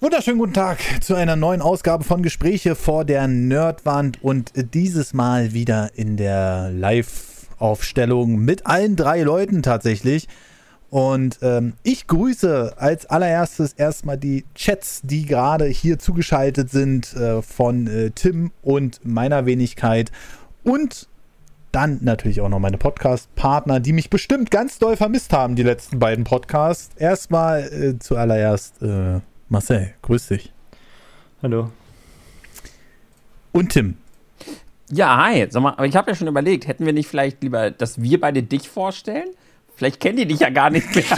Wunderschönen guten Tag zu einer neuen Ausgabe von Gespräche vor der Nerdwand und dieses Mal wieder in der Live-Aufstellung mit allen 3 Leuten tatsächlich. Und ich grüße als allererstes erstmal die Chats, die gerade hier zugeschaltet sind von Tim und meiner Wenigkeit und dann natürlich auch noch meine Podcast-Partner, die mich bestimmt ganz doll vermisst haben, die letzten beiden Podcasts. Erstmal zuallererst Marcel, grüß dich. Hallo. Und Tim. Ja, hi. Sag mal, aber ich habe ja schon überlegt, hätten wir nicht vielleicht lieber, dass wir beide dich vorstellen? Vielleicht kennen die dich ja gar nicht mehr.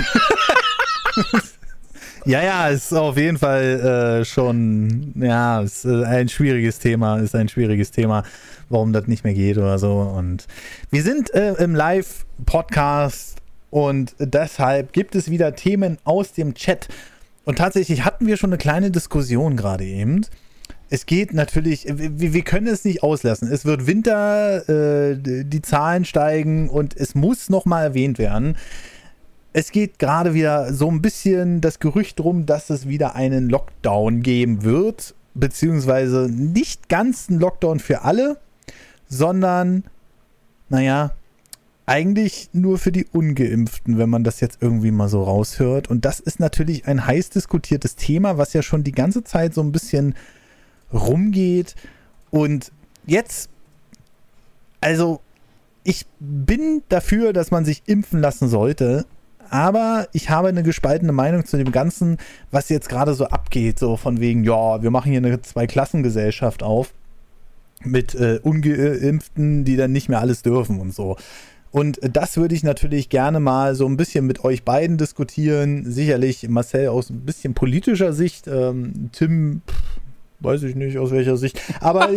Ja, ist auf jeden Fall schon, ja, ist ein schwieriges Thema, warum das nicht mehr geht oder so. Und wir sind im Live-Podcast und deshalb gibt es wieder Themen aus dem Chat. Und tatsächlich hatten wir schon eine kleine Diskussion gerade eben. Es geht natürlich, wir können es nicht auslassen. Es wird Winter, die Zahlen steigen und es muss nochmal erwähnt werden. Es geht gerade wieder so ein bisschen das Gerücht rum, dass es wieder einen Lockdown geben wird. Beziehungsweise nicht ganz ein Lockdown für alle, sondern, naja, eigentlich nur für die Ungeimpften, wenn man das jetzt irgendwie mal so raushört. Und das ist natürlich ein heiß diskutiertes Thema, was ja schon die ganze Zeit so ein bisschen rumgeht. Und jetzt, also ich bin dafür, dass man sich impfen lassen sollte, aber ich habe eine gespaltene Meinung zu dem Ganzen, was jetzt gerade so abgeht, so von wegen, ja, wir machen hier eine Zweiklassengesellschaft auf mit Ungeimpften, die dann nicht mehr alles dürfen und so. Und das würde ich natürlich gerne mal so ein bisschen mit euch beiden diskutieren. Sicherlich Marcel aus ein bisschen politischer Sicht, Tim, weiß ich nicht aus welcher Sicht, aber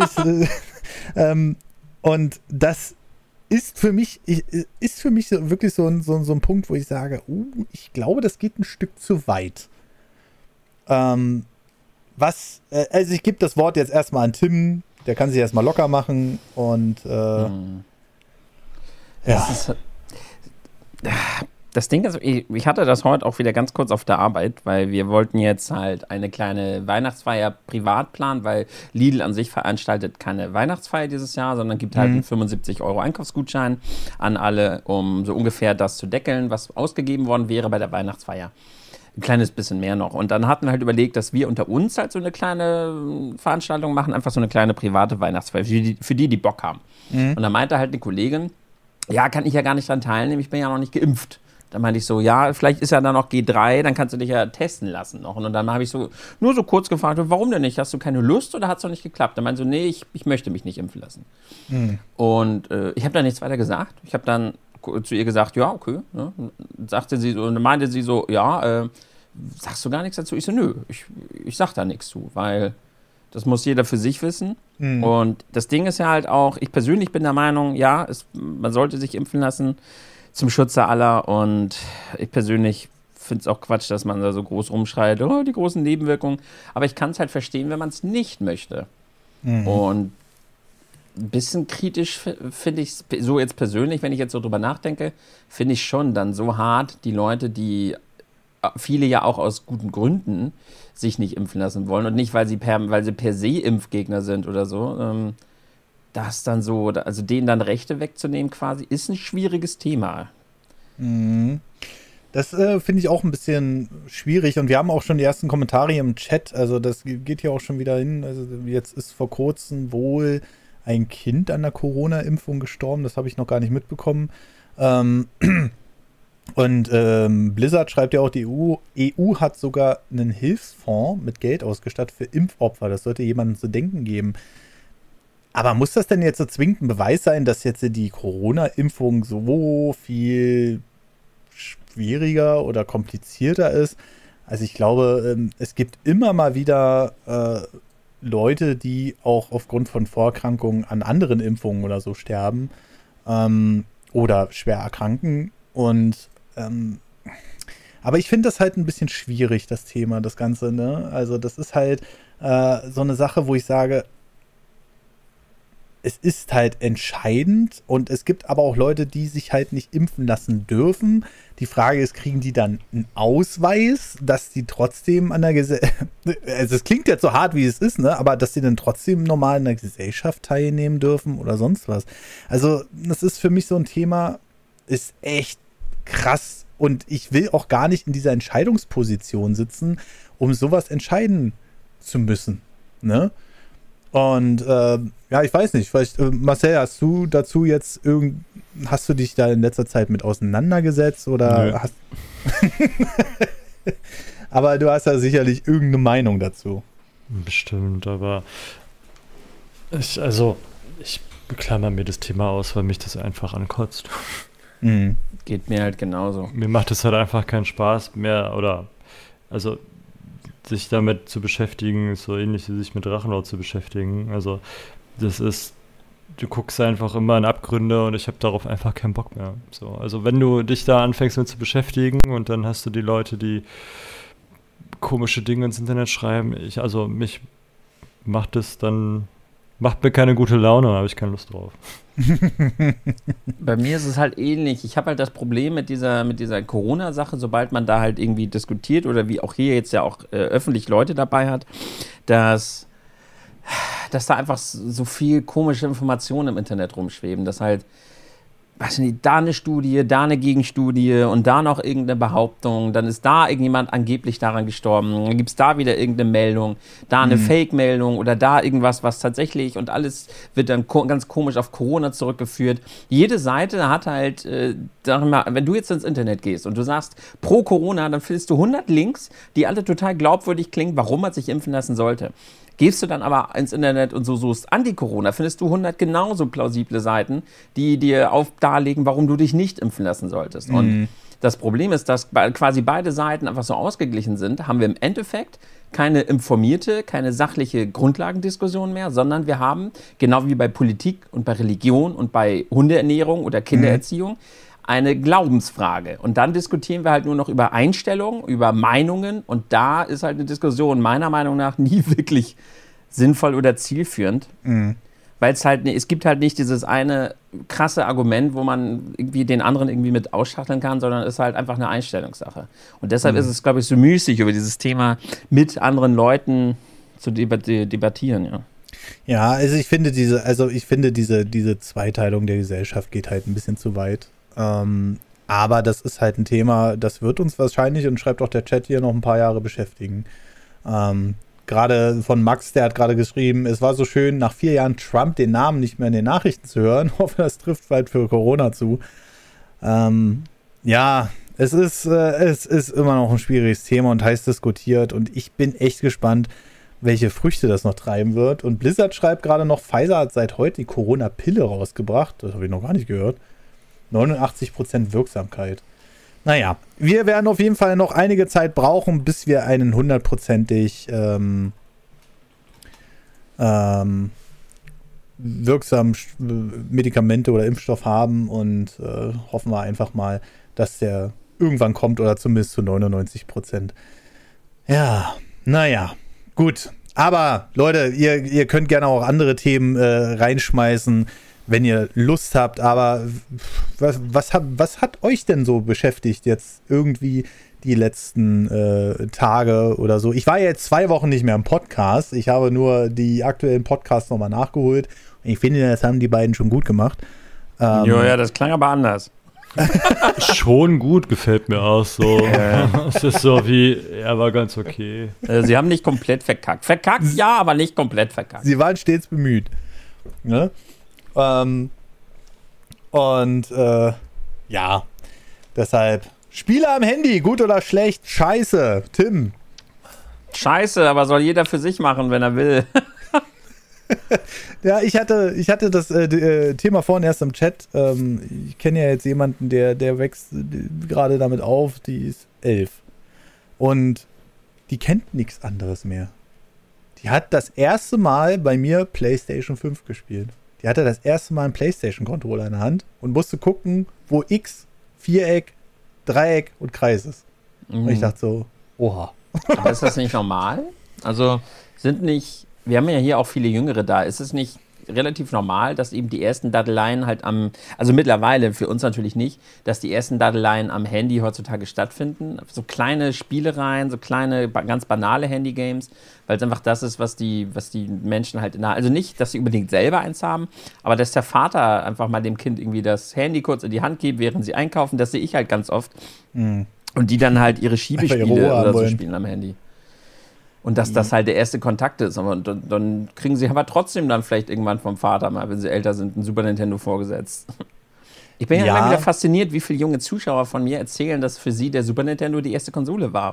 und das ist für mich so wirklich so ein Punkt, wo ich sage, ich glaube, das geht ein Stück zu weit. Also ich gebe das Wort jetzt erstmal an Tim, der kann sich erstmal locker machen und ja. Das Ding ist, ich hatte das heute auch wieder ganz kurz auf der Arbeit, weil wir wollten jetzt halt eine kleine Weihnachtsfeier privat planen, weil Lidl an sich veranstaltet keine Weihnachtsfeier dieses Jahr, sondern gibt halt einen 75 € Einkaufsgutschein an alle, um so ungefähr das zu deckeln, was ausgegeben worden wäre bei der Weihnachtsfeier. Ein kleines bisschen mehr noch. Und dann hatten wir halt überlegt, dass wir unter uns halt so eine kleine Veranstaltung machen, einfach so eine kleine private Weihnachtsfeier, für die Bock haben. Und dann meinte halt eine Kollegin, ja, kann ich ja gar nicht dran teilnehmen, ich bin ja noch nicht geimpft. Dann meinte ich so, ja, vielleicht ist ja dann noch G3, dann kannst du dich ja testen lassen noch. Und dann habe ich so nur so kurz gefragt, warum denn nicht? Hast du keine Lust oder hat es noch nicht geklappt? Dann meinte so, nee, ich möchte mich nicht impfen lassen. Und ich habe dann nichts weiter gesagt. Ich habe dann zu ihr gesagt, ja, okay. Ne? Sagte sie so, und dann meinte sie so, ja, sagst du gar nichts dazu? Ich so, nö, ich sag da nichts zu, weil das muss jeder für sich wissen. Und das Ding ist ja halt auch, ich persönlich bin der Meinung, ja, man sollte sich impfen lassen zum Schutze aller. Und ich persönlich finde es auch Quatsch, dass man da so groß rumschreit, oh, die großen Nebenwirkungen. Aber ich kann es halt verstehen, wenn man es nicht möchte. Und ein bisschen kritisch finde ich es, so jetzt persönlich, wenn ich jetzt so drüber nachdenke, finde ich schon dann so hart, die Leute, die viele ja auch aus guten Gründen sich nicht impfen lassen wollen und nicht, weil sie per se Impfgegner sind oder so, das dann so, also denen dann Rechte wegzunehmen quasi, ist ein schwieriges Thema. Das finde ich auch ein bisschen schwierig und wir haben auch schon die ersten Kommentare hier im Chat, also das geht hier auch schon wieder hin, also jetzt ist vor kurzem wohl ein Kind an der Corona-Impfung gestorben, das habe ich noch gar nicht mitbekommen. Und Blizzard schreibt ja auch, die EU hat sogar einen Hilfsfonds mit Geld ausgestattet für Impfopfer. Das sollte jemandem zu denken geben. Aber muss das denn jetzt so zwingend ein Beweis sein, dass jetzt die Corona-Impfung so viel schwieriger oder komplizierter ist? Also ich glaube, es gibt immer mal wieder Leute, die auch aufgrund von Vorerkrankungen an anderen Impfungen oder so sterben oder schwer erkranken. Und aber ich finde das halt ein bisschen schwierig, das Thema, das Ganze, ne? Also das ist halt so eine Sache, wo ich sage, es ist halt entscheidend und es gibt aber auch Leute, die sich halt nicht impfen lassen dürfen. Die Frage ist, kriegen die dann einen Ausweis, dass die trotzdem an der Gesellschaft, also es klingt jetzt so hart, wie es ist, ne? Aber dass die dann trotzdem normal an der Gesellschaft teilnehmen dürfen oder sonst was. Also das ist für mich so ein Thema, ist echt krass und ich will auch gar nicht in dieser Entscheidungsposition sitzen, um sowas entscheiden zu müssen, ne? Und ja, ich weiß nicht, vielleicht, Marcel, hast du dazu jetzt hast du dich da in letzter Zeit mit auseinandergesetzt oder Nö. hast aber du hast ja sicherlich irgendeine Meinung dazu. Bestimmt, aber ich klammer mir das Thema aus, weil mich das einfach ankotzt. Mhm. Geht mir halt genauso. Mir macht es halt einfach keinen Spaß mehr, also sich damit zu beschäftigen, ist so ähnlich wie sich mit Drachenlord zu beschäftigen. Also du guckst einfach immer in Abgründe und ich habe darauf einfach keinen Bock mehr. So, also wenn du dich da anfängst mit zu beschäftigen und dann hast du die Leute, die komische Dinge ins Internet schreiben, mich macht mir keine gute Laune, da habe ich keine Lust drauf. Bei mir ist es halt ähnlich. Ich habe halt das Problem mit dieser Corona-Sache, sobald man da halt irgendwie diskutiert oder wie auch hier jetzt ja auch öffentlich Leute dabei hat, dass da einfach so viel komische Informationen im Internet rumschweben, dass halt, weiß nicht, da eine Studie, da eine Gegenstudie und da noch irgendeine Behauptung, dann ist da irgendjemand angeblich daran gestorben, dann gibt es da wieder irgendeine Meldung, da eine Fake-Meldung oder da irgendwas, was tatsächlich und alles wird dann ganz komisch auf Corona zurückgeführt. Jede Seite hat halt, sag mal, wenn du jetzt ins Internet gehst und du sagst pro Corona, dann findest du 100 Links, die alle total glaubwürdig klingen, warum man sich impfen lassen sollte. Gehst du dann aber ins Internet und so suchst Anti-Corona, findest du 100 genauso plausible Seiten, die dir darlegen, warum du dich nicht impfen lassen solltest. Und das Problem ist, dass quasi beide Seiten einfach so ausgeglichen sind, haben wir im Endeffekt keine informierte, keine sachliche Grundlagendiskussion mehr, sondern wir haben, genau wie bei Politik und bei Religion und bei Hundeernährung oder Kindererziehung, eine Glaubensfrage. Und dann diskutieren wir halt nur noch über Einstellungen, über Meinungen. Und da ist halt eine Diskussion meiner Meinung nach nie wirklich sinnvoll oder zielführend. Weil es gibt halt nicht dieses eine krasse Argument, wo man irgendwie den anderen irgendwie mit ausschachteln kann, sondern es ist halt einfach eine Einstellungssache. Und deshalb ist es, glaube ich, so müßig, über dieses Thema mit anderen Leuten zu debattieren, ja. Ja, also ich finde diese Zweiteilung der Gesellschaft geht halt ein bisschen zu weit. Aber das ist halt ein Thema, das wird uns wahrscheinlich, und schreibt auch der Chat hier, noch ein paar Jahre beschäftigen. Gerade von Max, der hat gerade geschrieben, es war so schön, nach 4 Jahren Trump den Namen nicht mehr in den Nachrichten zu hören. Hoffe, das trifft bald für Corona zu. Ja, es ist immer noch ein schwieriges Thema und heiß diskutiert. Und ich bin echt gespannt, welche Früchte das noch treiben wird. Und Blizzard schreibt gerade noch, Pfizer hat seit heute die Corona-Pille rausgebracht. Das habe ich noch gar nicht gehört. 89% Wirksamkeit. Naja, wir werden auf jeden Fall noch einige Zeit brauchen, bis wir einen 100%ig wirksamen Medikamente oder Impfstoff haben und hoffen wir einfach mal, dass der irgendwann kommt oder zumindest zu 99%. Ja, naja, gut. Aber Leute, ihr könnt gerne auch andere Themen reinschmeißen, wenn ihr Lust habt, aber was hat euch denn so beschäftigt jetzt irgendwie die letzten Tage oder so? Ich war ja jetzt 2 Wochen nicht mehr im Podcast. Ich habe nur die aktuellen Podcasts nochmal nachgeholt. Und ich finde, das haben die beiden schon gut gemacht. Ja, das klang aber anders. Schon gut, gefällt mir auch so. Es ist so wie, er war ganz okay. Sie haben nicht komplett verkackt. Verkackt, ja, aber nicht komplett verkackt. Sie waren stets bemüht. Ne? Ja, deshalb Spiele am Handy, gut oder schlecht? Scheiße, Tim. Scheiße, aber soll jeder für sich machen, wenn er will. Ja, ich hatte das Thema vorhin erst im Chat. Ich kenne ja jetzt jemanden, der wächst gerade damit auf, die ist 11. Und die kennt nichts anderes mehr. Die hat das erste Mal bei mir PlayStation 5 gespielt. Die hatte das erste Mal einen PlayStation-Controller in der Hand und musste gucken, wo X, Viereck, Dreieck und Kreis ist. Und ich dachte so, oha. Aber ist das nicht normal? Also wir haben ja hier auch viele Jüngere da. Ist es nicht relativ normal, dass eben die ersten Daddeleien halt also mittlerweile, für uns natürlich nicht, dass die ersten Daddeleien am Handy heutzutage stattfinden. So kleine Spielereien, so kleine, ganz banale Handygames, weil es einfach das ist, was die Menschen halt also nicht, dass sie unbedingt selber eins haben, aber dass der Vater einfach mal dem Kind irgendwie das Handy kurz in die Hand gibt, während sie einkaufen, das sehe ich halt ganz oft. Und die dann halt ihre Schiebespiele oder so spielen am Handy. Und dass das halt der erste Kontakt ist. Und dann kriegen sie aber trotzdem dann vielleicht irgendwann vom Vater mal, wenn sie älter sind, ein Super Nintendo vorgesetzt. Ich bin ja immer wieder fasziniert, wie viele junge Zuschauer von mir erzählen, dass für sie der Super Nintendo die erste Konsole war.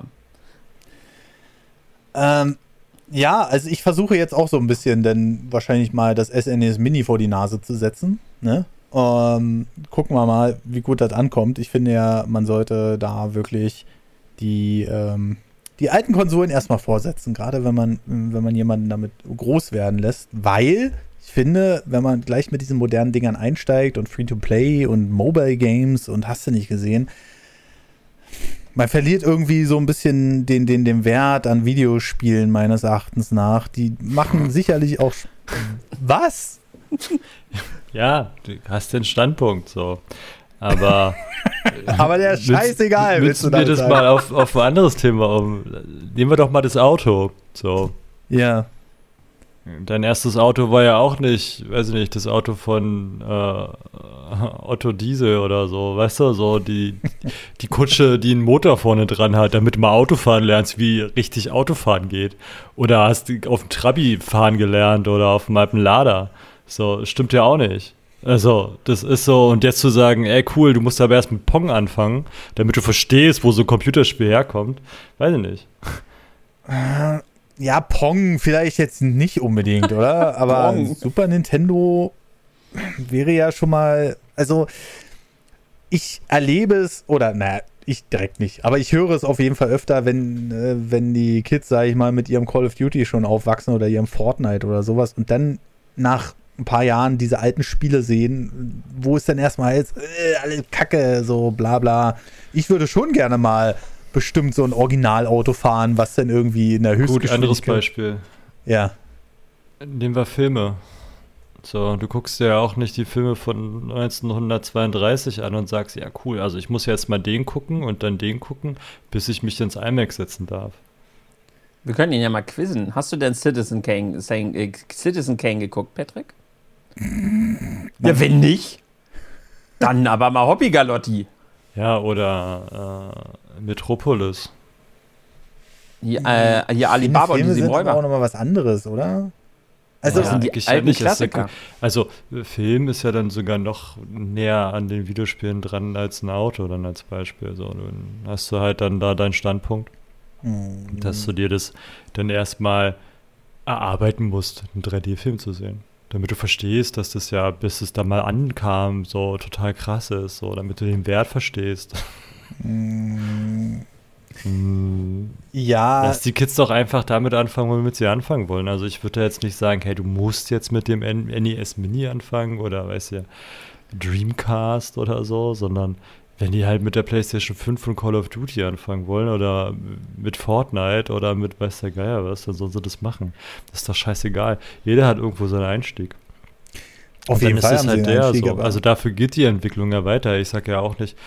Ja, also ich versuche jetzt auch so ein bisschen dann wahrscheinlich mal das SNES Mini vor die Nase zu setzen. Ne? Gucken wir mal, wie gut das ankommt. Ich finde ja, man sollte da wirklich die alten Konsolen erstmal vorsetzen, gerade wenn man jemanden damit groß werden lässt, weil ich finde, wenn man gleich mit diesen modernen Dingern einsteigt und Free-to-Play und Mobile Games und hast du nicht gesehen, man verliert irgendwie so ein bisschen den Wert an Videospielen meines Erachtens nach. Die machen sicherlich auch was? Ja, du hast den Standpunkt so. Aber der ist scheißegal. Willst du das sagen? Mal auf ein anderes Thema nehmen wir doch mal das Auto. So. Ja. Dein erstes Auto war ja auch nicht, weiß ich nicht, das Auto von Otto Diesel oder so, weißt du, so die Kutsche, die einen Motor vorne dran hat, damit du mal Autofahren lernst, wie richtig Autofahren geht. Oder hast du auf dem Trabi fahren gelernt oder auf dem alten Lader. So, stimmt ja auch nicht. Also, das ist so, und jetzt zu sagen, ey, cool, du musst aber erst mit Pong anfangen, damit du verstehst, wo so ein Computerspiel herkommt, weiß ich nicht. Ja, Pong vielleicht jetzt nicht unbedingt, oder? Aber Super Nintendo wäre ja schon mal, also, ich erlebe es, oder, naja, ich direkt nicht, aber ich höre es auf jeden Fall öfter, wenn die Kids, sag ich mal, mit ihrem Call of Duty schon aufwachsen oder ihrem Fortnite oder sowas und dann nach ein paar Jahren diese alten Spiele sehen, wo es dann erstmal jetzt alles Kacke, so bla bla. Ich würde schon gerne mal bestimmt so ein Originalauto fahren, was dann irgendwie in der Höchstgeschwindigkeit... Gut, anderes Beispiel. Ja. Nehmen wir Filme. So, du guckst dir ja auch nicht die Filme von 1932 an und sagst, ja cool, also ich muss jetzt mal den gucken und dann den gucken, bis ich mich ins IMAX setzen darf. Wir können ihn ja mal quizzen. Hast du denn Citizen Kane geguckt, Patrick? Ja, wenn nicht, dann aber mal Hobby Galotti. Ja, oder Metropolis. Hier Alibaba und die 7 Räuber. Das ist auch nochmal was anderes, oder? Also das sind die alten Klassiker. Also Film ist ja dann sogar noch näher an den Videospielen dran als ein Auto, dann als Beispiel. So, dann hast du halt dann da deinen Standpunkt, dass du dir das dann erstmal erarbeiten musst, einen 3D-Film zu sehen. Damit du verstehst, dass das ja, bis es da mal ankam, so total krass ist, so, damit du den Wert verstehst. Ja. Lass die Kids doch einfach damit anfangen, womit sie anfangen wollen. Also ich würde jetzt nicht sagen, hey, du musst jetzt mit dem NES Mini anfangen oder, weißt du, Dreamcast oder so, sondern wenn die halt mit der PlayStation 5 und Call of Duty anfangen wollen oder mit Fortnite oder mit weiß der Geier was, dann sollen sie das machen. Das ist doch scheißegal. Jeder hat irgendwo seinen Einstieg. Auf jeden Fall haben halt der so. Also dafür geht die Entwicklung ja weiter. Ich sage ja auch nicht,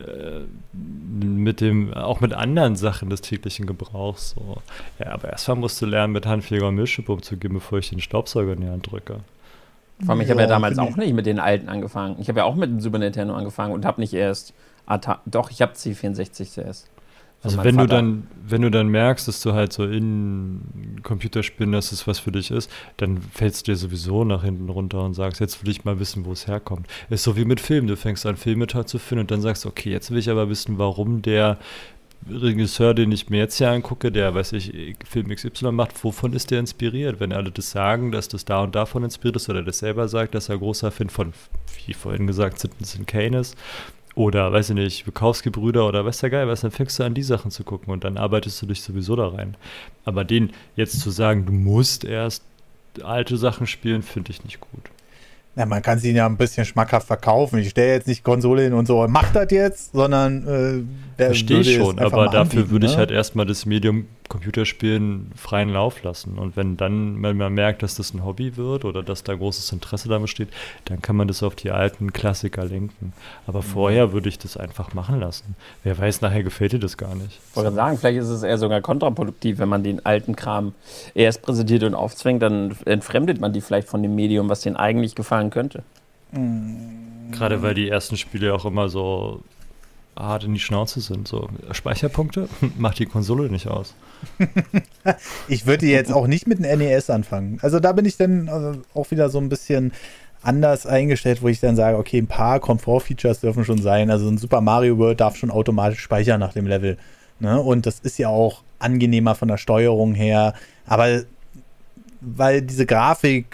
auch mit anderen Sachen des täglichen Gebrauchs. So. Ja, aber erstmal musst du lernen, mit Handfeger und Milchschub umzugehen, bevor ich den Staubsauger in die Hand drücke. Vor allem, ich habe ja damals auch nicht mit den alten angefangen. Ich habe ja auch mit dem Super Nintendo angefangen und habe nicht erst doch, ich habe C64 zuerst. Also wenn du dann merkst, dass du halt so in Computerspielen, dass es was für dich ist, dann fällst du dir sowieso nach hinten runter und sagst, jetzt will ich mal wissen, wo es herkommt. Ist so wie mit Filmen, du fängst an, Filme toll zu finden und dann sagst, okay, jetzt will ich aber wissen, warum der Regisseur, den ich mir jetzt hier angucke, der, weiß ich, Film XY macht, wovon ist der inspiriert? Wenn alle das sagen, dass das da und davon inspiriert ist oder das selber sagt, dass er großer Fan von, wie vorhin gesagt, Citizen Kane ist, oder, weiß ich nicht, Wachowski-Brüder oder weiß der Geil was, dann fängst du an, die Sachen zu gucken und dann arbeitest du dich sowieso da rein. Aber den jetzt zu sagen, du musst erst alte Sachen spielen, finde ich nicht gut. Ja, man kann sie ja ein bisschen schmackhaft verkaufen. Ich stelle jetzt nicht Konsole hin und so, mach das jetzt, sondern verstehe ich schon, aber dafür würde ich halt erstmal das Medium Computerspielen freien Lauf lassen. Und wenn man merkt, dass das ein Hobby wird oder dass da großes Interesse da besteht, dann kann man das auf die alten Klassiker lenken. Aber vorher würde ich das einfach machen lassen. Wer weiß, nachher gefällt dir das gar nicht. Ich wollte sagen, vielleicht ist es eher sogar kontraproduktiv, wenn man den alten Kram erst präsentiert und aufzwängt, dann entfremdet man die vielleicht von dem Medium, was denen eigentlich gefallen könnte. Gerade weil die ersten Spiele auch immer so hart in die Schnauze sind. So Speicherpunkte macht die Konsole nicht aus. Ich würde jetzt auch nicht mit dem NES anfangen. Also da bin ich dann auch wieder so ein bisschen anders eingestellt, wo ich dann sage, okay, ein paar Komfort-Features dürfen schon sein. Also ein Super Mario World darf schon automatisch speichern nach dem Level. Ne? Und das ist ja auch angenehmer von der Steuerung her. Aber weil diese Grafik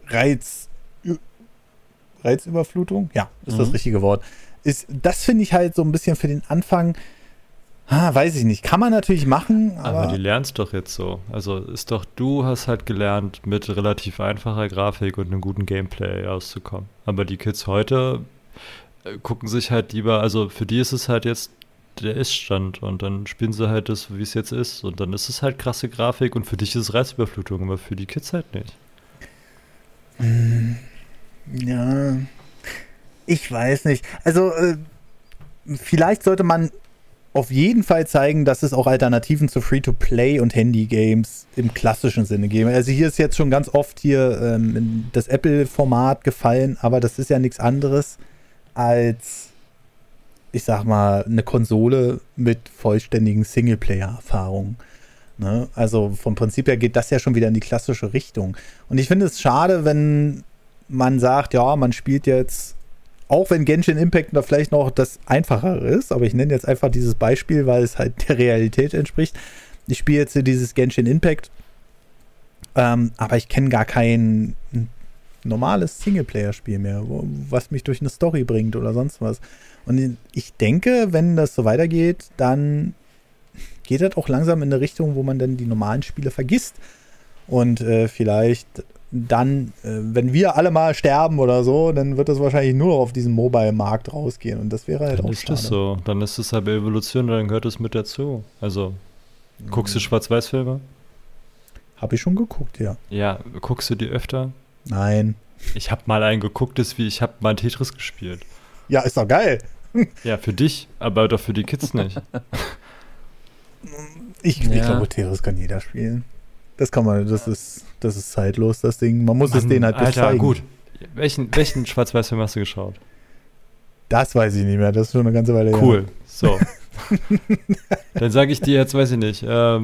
Reizüberflutung? Ja, ist das richtige Wort. Das finde ich halt so ein bisschen für den Anfang, weiß ich nicht. Kann man natürlich machen, aber die lernst doch jetzt so. Also du hast halt gelernt, mit relativ einfacher Grafik und einem guten Gameplay auszukommen. Aber die Kids heute gucken sich halt lieber, also für die ist es halt jetzt der Ist-Stand und dann spielen sie halt das, wie es jetzt ist. Und dann ist es halt krasse Grafik und für dich ist es Reizüberflutung, aber für die Kids halt nicht. Ja, ich weiß nicht. Also vielleicht sollte man auf jeden Fall zeigen, dass es auch Alternativen zu Free-to-Play und Handy-Games im klassischen Sinne geben. Also hier ist jetzt schon ganz oft hier das Apple-Format gefallen, aber das ist ja nichts anderes als, ich sag mal, eine Konsole mit vollständigen Singleplayer-Erfahrungen. Ne? Also vom Prinzip her geht das ja schon wieder in die klassische Richtung. Und ich finde es schade, wenn man sagt, ja, man spielt jetzt, auch wenn Genshin Impact da vielleicht noch das Einfachere ist, aber ich nenne jetzt einfach dieses Beispiel, weil es halt der Realität entspricht. Ich spiele jetzt dieses Genshin Impact, aber ich kenne gar kein normales Singleplayer-Spiel mehr, was mich durch eine Story bringt oder sonst was. Und ich denke, wenn das so weitergeht, dann geht das auch langsam in eine Richtung, wo man dann die normalen Spiele vergisst. Und vielleicht dann, wenn wir alle mal sterben oder so, dann wird das wahrscheinlich nur noch auf diesen Mobile-Markt rausgehen. Und das wäre halt dann auch ist schade. Das so. Dann ist es halt Evolution und dann gehört es mit dazu. Also, guckst du Schwarz-Weiß-Filme? Habe ich schon geguckt, ja. Ja, guckst du die öfter? Nein. Ich habe mal einen geguckt, ich habe mal Tetris gespielt. Ja, ist doch geil. Ja, für dich, aber doch für die Kids nicht. Ich glaube, Tetris kann jeder spielen. Das kann man, das ist zeitlos, das Ding. Man muss es denen halt Alter, zeigen. Gut. Welchen Schwarz-Weiß-Film hast du geschaut? Das weiß ich nicht mehr, das ist schon eine ganze Weile her. Cool, so. Dann sage ich dir jetzt, weiß ich nicht,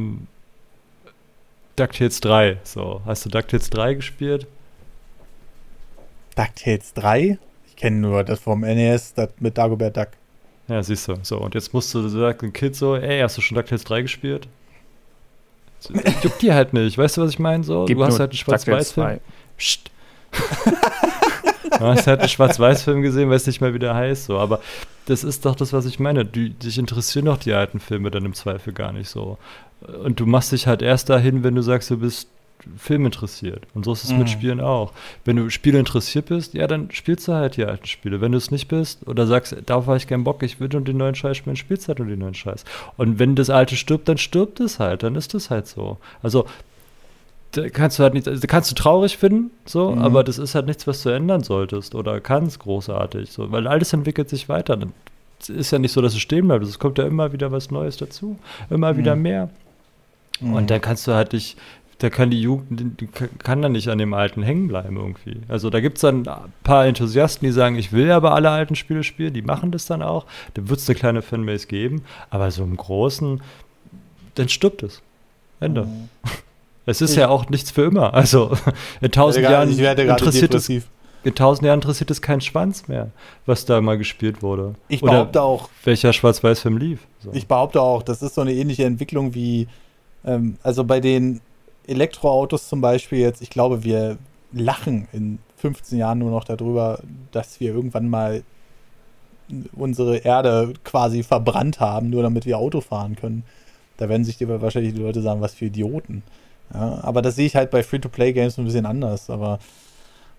DuckTales 3. So, hast du DuckTales 3 gespielt? DuckTales 3? Ich kenne nur das vom NES, das mit Dagobert Duck. Ja, siehst du. So, und jetzt musst du sagen, ein Kind so, ey, hast du schon DuckTales 3 gespielt? Juckt die halt nicht, weißt du, was ich meine? So, du hast halt einen Schwarz-Weiß-Film. Psst. Du hast halt einen Schwarz-Weiß-Film gesehen, weiß nicht mehr, wie der heißt. So. Aber das ist doch das, was ich meine. Dich interessieren doch die alten Filme dann im Zweifel gar nicht so. Und du machst dich halt erst dahin, wenn du sagst, du bist Film interessiert. Und so ist es mit Spielen auch. Wenn du Spiele interessiert bist, ja, dann spielst du halt die alten Spiele. Wenn du es nicht bist oder sagst, darauf habe ich keinen Bock, ich will nur den neuen Scheiß spielen, spielst halt nur den neuen Scheiß. Und wenn das alte stirbt, dann stirbt es halt. Dann ist es halt so. Also da kannst du halt nicht, also, kannst du traurig finden, so, aber das ist halt nichts, was du ändern solltest oder kannst großartig, so, weil alles entwickelt sich weiter. Es ist ja nicht so, dass es stehen bleibt. Es kommt ja immer wieder was Neues dazu, immer wieder mehr. Und dann kannst du halt nicht, da kann die Jugend, die kann dann nicht an dem Alten hängen bleiben irgendwie. Also da gibt es dann ein paar Enthusiasten, die sagen, ich will aber alle alten Spiele spielen, die machen das dann auch. Da wird es eine kleine Fanbase geben, aber so im Großen, dann stirbt es. Ende. Es ist ja auch nichts für immer. Also in 1000 Jahren interessiert es keinen Schwanz mehr, was da mal gespielt wurde. Ich behaupte auch, welcher Schwarz-Weiß-Film lief. So. Ich behaupte auch, das ist so eine ähnliche Entwicklung wie, also bei den Elektroautos zum Beispiel jetzt, ich glaube, wir lachen in 15 Jahren nur noch darüber, dass wir irgendwann mal unsere Erde quasi verbrannt haben, nur damit wir Auto fahren können. Da werden sich wahrscheinlich die Leute sagen, was für Idioten. Ja, aber das sehe ich halt bei Free-to-Play-Games ein bisschen anders. Aber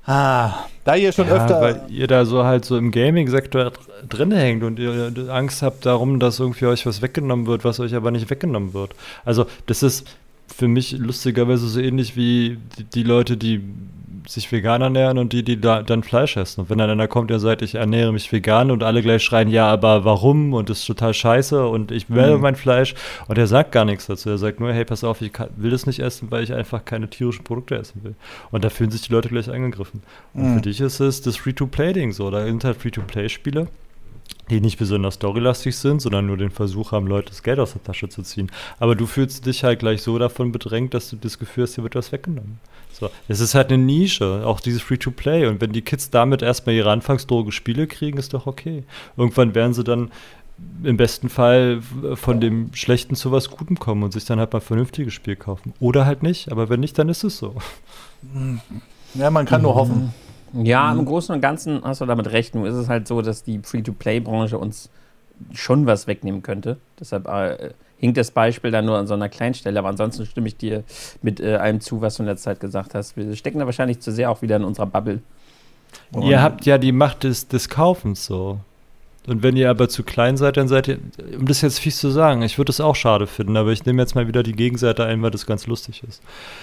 Da ihr schon öfter... Weil ihr da so halt so im Gaming-Sektor drin hängt und ihr Angst habt darum, dass irgendwie euch was weggenommen wird, was euch aber nicht weggenommen wird. Also das ist für mich lustigerweise so ähnlich wie die Leute, die sich vegan ernähren und die dann Fleisch essen. Und wenn dann einer kommt, der sagt, ich ernähre mich vegan und alle gleich schreien, ja, aber warum? Und das ist total scheiße und ich will mein Fleisch. Und er sagt gar nichts dazu. Er sagt nur, hey, pass auf, ich will das nicht essen, weil ich einfach keine tierischen Produkte essen will. Und da fühlen sich die Leute gleich angegriffen. Und für dich ist es das Free-to-Play-Ding so. Da sind halt Free-to-Play-Spiele, die nicht besonders storylastig sind, sondern nur den Versuch haben, Leute das Geld aus der Tasche zu ziehen. Aber du fühlst dich halt gleich so davon bedrängt, dass du das Gefühl hast, dir wird was weggenommen. So, es ist halt eine Nische, auch dieses Free-to-Play. Und wenn die Kids damit erstmal ihre anfangsdroge Spiele kriegen, ist doch okay. Irgendwann werden sie dann im besten Fall von dem Schlechten zu was Gutem kommen und sich dann halt mal ein vernünftiges Spiel kaufen. Oder halt nicht, aber wenn nicht, dann ist es so. Ja, man kann nur hoffen. Ja, im Großen und Ganzen hast du damit recht. Nur ist es halt so, dass die Free-to-Play-Branche uns schon was wegnehmen könnte. Deshalb hinkt das Beispiel dann nur an so einer Kleinstelle. Aber ansonsten stimme ich dir mit allem zu, was du in der Zeit gesagt hast. Wir stecken da wahrscheinlich zu sehr auch wieder in unserer Bubble. Und ihr habt ja die Macht des Kaufens so. Und wenn ihr aber zu klein seid, dann seid ihr, um das jetzt fies zu sagen, ich würde es auch schade finden, aber ich nehme jetzt mal wieder die Gegenseite ein, weil das ganz lustig ist.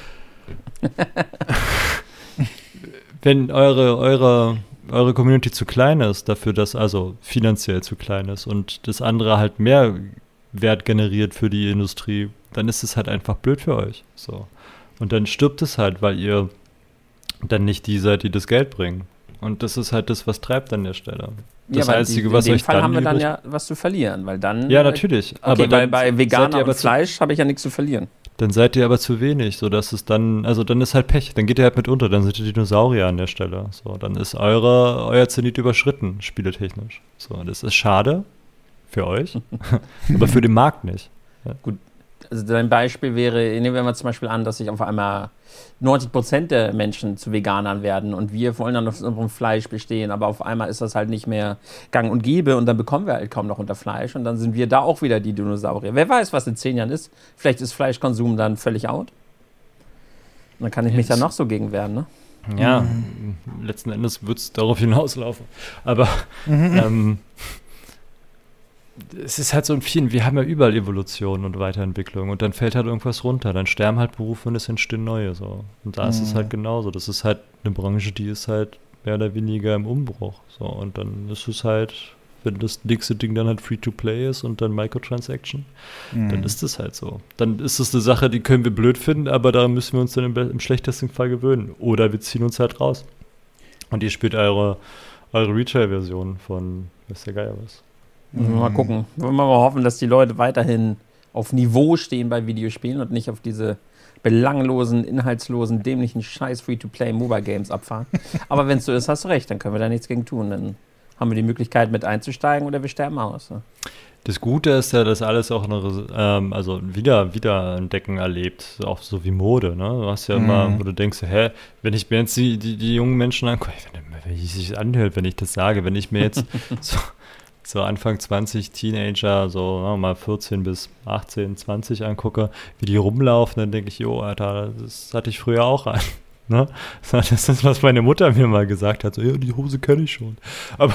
Wenn eure Community zu klein ist, dafür, dass also finanziell zu klein ist und das andere halt mehr Wert generiert für die Industrie, dann ist es halt einfach blöd für euch. So. Und dann stirbt es halt, weil ihr dann nicht die seid, die das Geld bringen. Und das ist halt das, was treibt an der Stelle. Das Einzige, was euch dann in dem Fall haben wir dann ja was zu verlieren, weil dann... Ja, natürlich. Okay, aber weil bei Veganer und Fleisch habe ich ja nichts zu verlieren. Dann seid ihr aber zu wenig, sodass es dann, also dann ist halt Pech, dann geht ihr halt mit unter, dann sind die Dinosaurier an der Stelle. So, dann ist euer Zenit überschritten, spieletechnisch. So, das ist schade für euch, aber für den Markt nicht. Ja. Gut, also dein Beispiel wäre, nehmen wir mal zum Beispiel an, dass sich auf einmal 90% der Menschen zu Veganern werden und wir wollen dann auf unserem Fleisch bestehen, aber auf einmal ist das halt nicht mehr gang und gäbe und dann bekommen wir halt kaum noch unter Fleisch und dann sind wir da auch wieder die Dinosaurier. Wer weiß, was in 10 Jahren ist. Vielleicht ist Fleischkonsum dann völlig out. Und dann kann ich mich da noch so gegen wehren, ne? Ja, letzten Endes wird es darauf hinauslaufen. Aber es ist halt so in vielen, wir haben ja überall Evolution und Weiterentwicklung und dann fällt halt irgendwas runter, dann sterben halt Berufe und es entstehen neue so. Und da ist es halt genauso. Das ist halt eine Branche, die ist halt mehr oder weniger im Umbruch. So, und dann ist es halt, wenn das nächste Ding dann halt Free-to-Play ist und dann Microtransaction, dann ist es halt so. Dann ist es eine Sache, die können wir blöd finden, aber daran müssen wir uns dann im schlechtesten Fall gewöhnen. Oder wir ziehen uns halt raus. Und ihr spielt eure Retail-Version von weiß der Geier was. Mal gucken. Wollen wir mal hoffen, dass die Leute weiterhin auf Niveau stehen bei Videospielen und nicht auf diese belanglosen, inhaltslosen, dämlichen Scheiß Free-to-Play-Mobile-Games abfahren. Aber wenn es so ist, hast du recht, dann können wir da nichts gegen tun. Dann haben wir die Möglichkeit, mit einzusteigen oder wir sterben aus. Ne? Das Gute ist ja, dass alles auch also wieder entdecken erlebt, auch so wie Mode. Ne? Du hast ja immer, wo du denkst, wenn ich mir jetzt die jungen Menschen angucke, wie es sich anhört, wenn ich das sage, wenn ich mir jetzt so Anfang 20 Teenager, so mal 14 bis 18, 20 angucke, wie die rumlaufen, dann denke ich, jo, Alter, das hatte ich früher auch an. Ne? Das ist, was meine Mutter mir mal gesagt hat, so, ja, die Hose kenne ich schon. Aber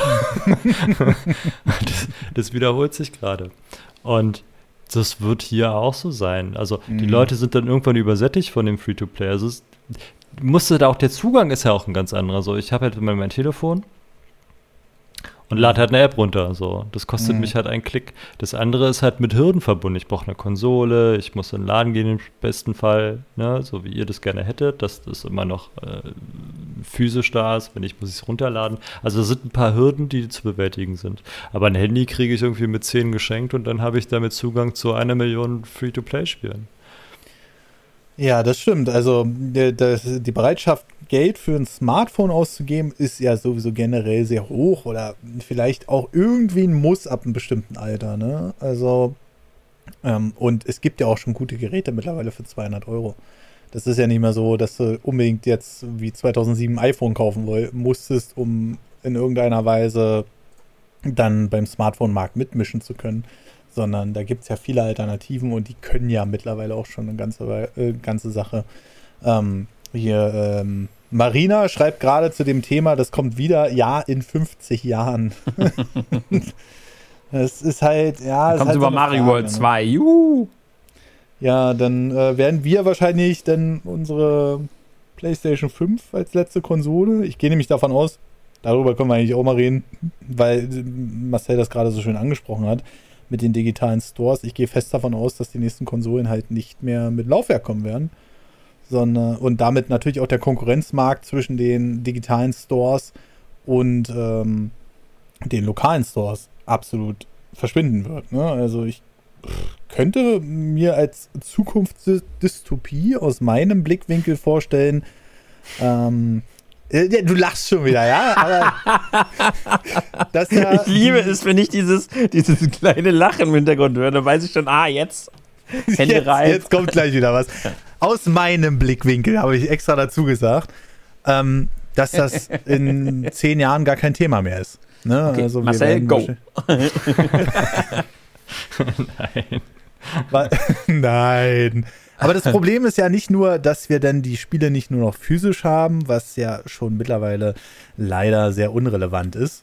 das wiederholt sich gerade. Und das wird hier auch so sein. Also die Leute sind dann irgendwann übersättigt von dem Free-to-Play. Also der Zugang ist ja auch ein ganz anderer. So, ich habe halt immer mein Telefon und lade halt eine App runter. So. Das kostet mich halt einen Klick. Das andere ist halt mit Hürden verbunden. Ich brauche eine Konsole, ich muss in den Laden gehen im besten Fall, ne? So wie ihr das gerne hättet, dass das immer noch physisch da ist. Wenn nicht, muss ich es runterladen. Also da sind ein paar Hürden, die zu bewältigen sind. Aber ein Handy kriege ich irgendwie mit 10 geschenkt und dann habe ich damit Zugang zu 1 Million Free-to-Play-Spielen. Ja, das stimmt. Also die Bereitschaft, Geld für ein Smartphone auszugeben, ist ja sowieso generell sehr hoch oder vielleicht auch irgendwie ein Muss ab einem bestimmten Alter. Ne? Also und es gibt ja auch schon gute Geräte mittlerweile für 200 €. Das ist ja nicht mehr so, dass du unbedingt jetzt wie 2007 ein iPhone kaufen musstest, um in irgendeiner Weise dann beim Smartphone-Markt mitmischen zu können. Sondern da gibt es ja viele Alternativen und die können ja mittlerweile auch schon eine ganze Sache. Marina schreibt gerade zu dem Thema, das kommt wieder, ja, in 50 Jahren. Das ist halt, ja. Kommt über Mario World 2, juhu! Ja, dann werden wir wahrscheinlich dann unsere PlayStation 5 als letzte Konsole. Ich gehe nämlich davon aus, darüber können wir eigentlich auch mal reden, weil Marcel das gerade so schön angesprochen hat, mit den digitalen Stores. Ich gehe fest davon aus, dass die nächsten Konsolen halt nicht mehr mit Laufwerk kommen werden, sondern und damit natürlich auch der Konkurrenzmarkt zwischen den digitalen Stores und den lokalen Stores absolut verschwinden wird. Ne? Also ich könnte mir als Zukunftsdystopie aus meinem Blickwinkel vorstellen, du lachst schon wieder, ja? Aber das ja, ich liebe es, wenn ich dieses kleine Lachen im Hintergrund höre, dann weiß ich schon, jetzt Hände rein. Jetzt kommt gleich wieder was. Aus meinem Blickwinkel habe ich extra dazu gesagt, dass das in 10 Jahren gar kein Thema mehr ist. Ne? Okay, also Marcel, go. Nein. Nein. Aber das Problem ist ja nicht nur, dass wir dann die Spiele nicht nur noch physisch haben, was ja schon mittlerweile leider sehr unrelevant ist,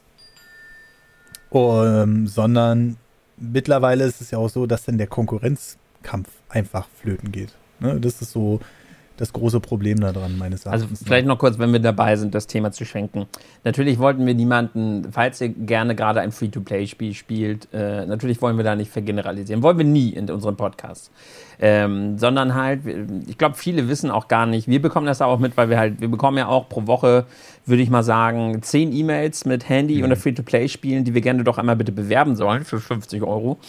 sondern mittlerweile ist es ja auch so, dass dann der Konkurrenzkampf einfach flöten geht. Ne? Das ist so das große Problem daran, meines Erachtens. Also vielleicht noch kurz, wenn wir dabei sind, das Thema zu schwenken. Natürlich wollten wir niemanden, falls ihr gerne gerade ein Free-to-Play-Spiel spielt, natürlich wollen wir da nicht vergeneralisieren. Wollen wir nie in unserem Podcast. Sondern halt, ich glaube, viele wissen auch gar nicht, wir bekommen das auch mit, weil wir bekommen ja auch pro Woche, würde ich mal sagen, 10 E-Mails mit Handy- oder Free-to-Play-Spielen, die wir gerne doch einmal bitte bewerben sollen für 50 €.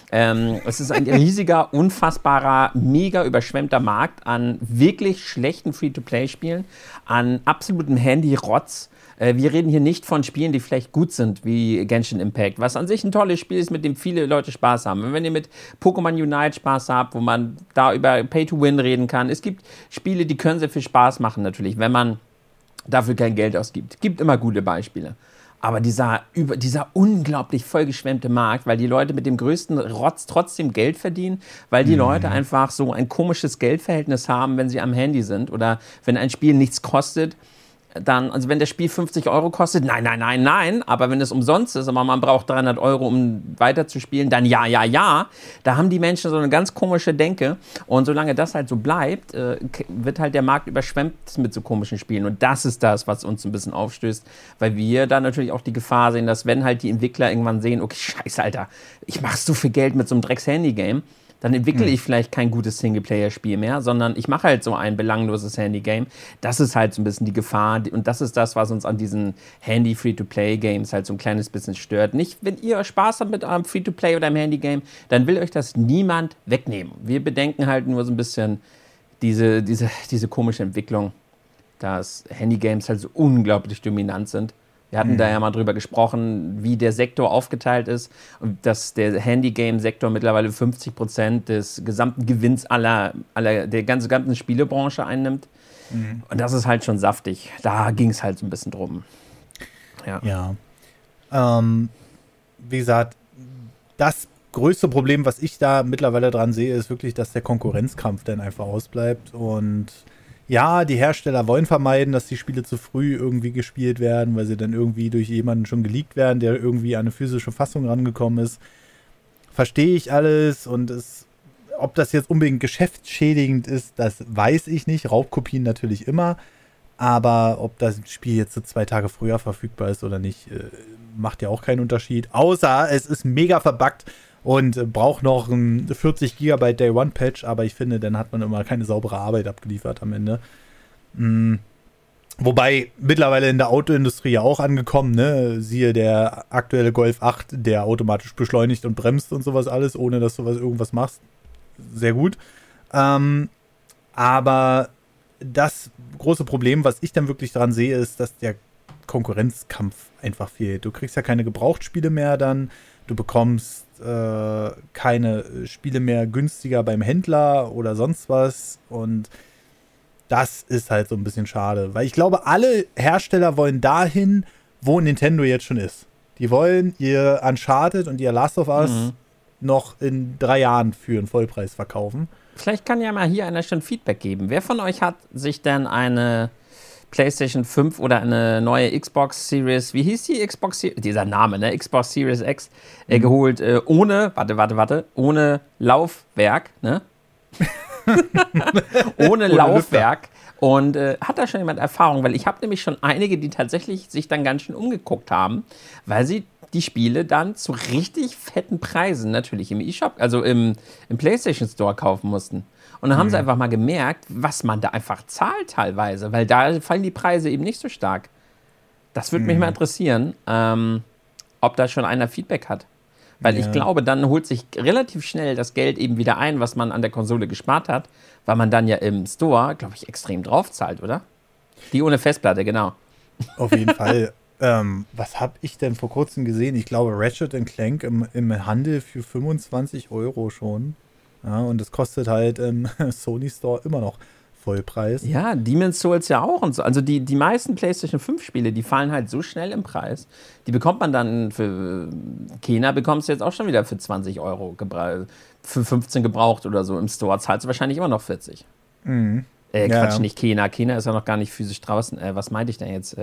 Es ist ein riesiger, unfassbarer, mega überschwemmter Markt an wirklich schlechten Free-to-Play-Spielen, an absolutem Handy-Rotz. Wir reden hier nicht von Spielen, die vielleicht gut sind, wie Genshin Impact, was an sich ein tolles Spiel ist, mit dem viele Leute Spaß haben. Und wenn ihr mit Pokémon Unite Spaß habt, wo man da über Pay-to-Win reden kann, es gibt Spiele, die können sehr viel Spaß machen natürlich, wenn man dafür kein Geld ausgibt. Es gibt immer gute Beispiele. Aber dieser unglaublich vollgeschwemmte Markt, weil die Leute mit dem größten Rotz trotzdem Geld verdienen, weil die Leute einfach so ein komisches Geldverhältnis haben, wenn sie am Handy sind oder wenn ein Spiel nichts kostet, dann, also wenn das Spiel 50 € kostet, nein, aber wenn es umsonst ist, aber man braucht 300 €, um weiterzuspielen, dann ja, da haben die Menschen so eine ganz komische Denke und solange das halt so bleibt, wird halt der Markt überschwemmt mit so komischen Spielen und das ist das, was uns ein bisschen aufstößt, weil wir da natürlich auch die Gefahr sehen, dass wenn halt die Entwickler irgendwann sehen, okay, scheiße, Alter, ich mach so viel Geld mit so einem Drecks-Handy-Game, dann entwickle ich vielleicht kein gutes Singleplayer-Spiel mehr, sondern ich mache halt so ein belangloses Handy-Game. Das ist halt so ein bisschen die Gefahr und das ist das, was uns an diesen Handy-Free-to-Play-Games halt so ein kleines bisschen stört. Nicht, wenn ihr Spaß habt mit eurem Free-to-Play oder einem Handy-Game, dann will euch das niemand wegnehmen. Wir bedenken halt nur so ein bisschen diese komische Entwicklung, dass Handy-Games halt so unglaublich dominant sind. Wir hatten da ja mal drüber gesprochen, wie der Sektor aufgeteilt ist und dass der Handy-Game-Sektor mittlerweile 50% des gesamten Gewinns der ganzen Spielebranche einnimmt. Und das ist halt schon saftig. Da ging es halt so ein bisschen drum. Ja. Wie gesagt, das größte Problem, was ich da mittlerweile dran sehe, ist wirklich, dass der Konkurrenzkampf dann einfach ausbleibt und ja, die Hersteller wollen vermeiden, dass die Spiele zu früh irgendwie gespielt werden, weil sie dann irgendwie durch jemanden schon geleakt werden, der irgendwie an eine physische Fassung rangekommen ist. Verstehe ich alles und ob das jetzt unbedingt geschäftsschädigend ist, das weiß ich nicht. Raubkopien natürlich immer, aber ob das Spiel jetzt so 2 Tage früher verfügbar ist oder nicht, macht ja auch keinen Unterschied. Außer es ist mega verbuggt und braucht noch ein 40 GB Day-One-Patch, aber ich finde, dann hat man immer keine saubere Arbeit abgeliefert am Ende. Wobei mittlerweile in der Autoindustrie ja auch angekommen, ne? Siehe der aktuelle Golf 8, der automatisch beschleunigt und bremst und sowas alles, ohne dass du irgendwas machst. Sehr gut. Aber das große Problem, was ich dann wirklich dran sehe, ist, dass der Konkurrenzkampf einfach fehlt. Du kriegst ja keine Gebrauchtspiele mehr dann, du bekommst keine Spiele mehr günstiger beim Händler oder sonst was und das ist halt so ein bisschen schade, weil ich glaube, alle Hersteller wollen dahin, wo Nintendo jetzt schon ist. Die wollen ihr Uncharted und ihr Last of Us noch in 3 Jahren für einen Vollpreis verkaufen. Vielleicht kann ja mal hier einer schon Feedback geben. Wer von euch hat sich denn eine PlayStation 5 oder eine neue Xbox Series, wie hieß die Xbox Series? Dieser Name, ne? Xbox Series X geholt, ohne Laufwerk, ne? ohne Laufwerk. Und hat da schon jemand Erfahrung? Weil ich habe nämlich schon einige, die tatsächlich sich dann ganz schön umgeguckt haben, weil sie die Spiele dann zu richtig fetten Preisen natürlich im eShop, also im PlayStation Store kaufen mussten. Und dann haben sie einfach mal gemerkt, was man da einfach zahlt teilweise, weil da fallen die Preise eben nicht so stark. Das würde mich mal interessieren, ob da schon einer Feedback hat. Weil ich glaube, dann holt sich relativ schnell das Geld eben wieder ein, was man an der Konsole gespart hat, weil man dann ja im Store, glaube ich, extrem drauf zahlt, oder? Die ohne Festplatte, genau. Auf jeden Fall. Was habe ich denn vor kurzem gesehen? Ich glaube, Ratchet & Clank im Handel für 25 € schon. Ja, und das kostet halt im Sony Store immer noch Vollpreis. Ja, Demon's Souls ja auch und so. Also die meisten PlayStation 5 Spiele, die fallen halt so schnell im Preis. Die bekommt man dann für Kena bekommst du jetzt auch schon wieder für 20 €, für 15 gebraucht oder so. Im Store zahlst du wahrscheinlich immer noch 40. Quatsch, nicht Kena. Kena ist ja noch gar nicht physisch draußen. Was meinte ich denn jetzt?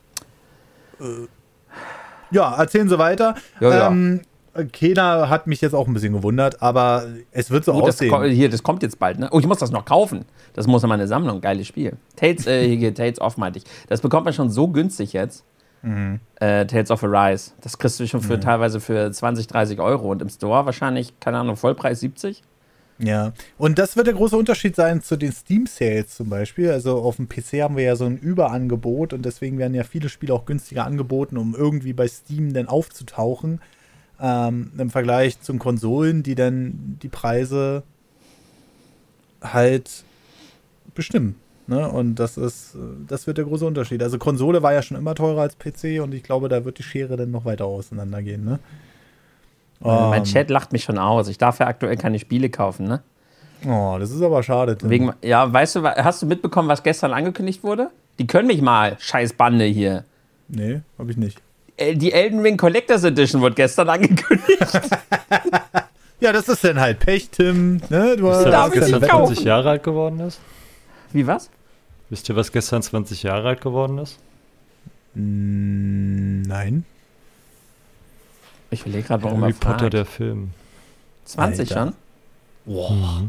Ja, erzählen Sie weiter. Ja. Kena hat mich jetzt auch ein bisschen gewundert, aber es wird so aussehen. Das kommt jetzt bald, ne? Oh, ich muss das noch kaufen. Das muss in meine Sammlung. Geiles Spiel. Tales of meinte ich. Das bekommt man schon so günstig jetzt. Tales of Arise. Das kriegst du schon teilweise für 20, 30 € und im Store wahrscheinlich, keine Ahnung, Vollpreis 70. Ja, und das wird der große Unterschied sein zu den Steam-Sales zum Beispiel. Also auf dem PC haben wir ja so ein Überangebot und deswegen werden ja viele Spiele auch günstiger angeboten, um irgendwie bei Steam dann aufzutauchen. Im Vergleich zu Konsolen, die dann die Preise halt bestimmen. Ne? Und das wird der große Unterschied. Also Konsole war ja schon immer teurer als PC und ich glaube, da wird die Schere dann noch weiter auseinandergehen. Ne? Mein Chat lacht mich schon aus. Ich darf ja aktuell keine Spiele kaufen, ne? Oh, das ist aber schade. Weißt du, hast du mitbekommen, was gestern angekündigt wurde? Die können mich mal, scheiß Bande hier. Nee, hab ich nicht. Die Elden Ring Collectors Edition wurde gestern angekündigt. Ja, das ist dann halt Pech, Tim. Ne? Wisst ihr, was gestern 20 Jahre alt geworden ist? Wie, was? Wisst ihr, was gestern 20 Jahre alt geworden ist? Nein. Ich überlege gerade, warum Harry Potter, der Film. 20 Alter. schon? Boah.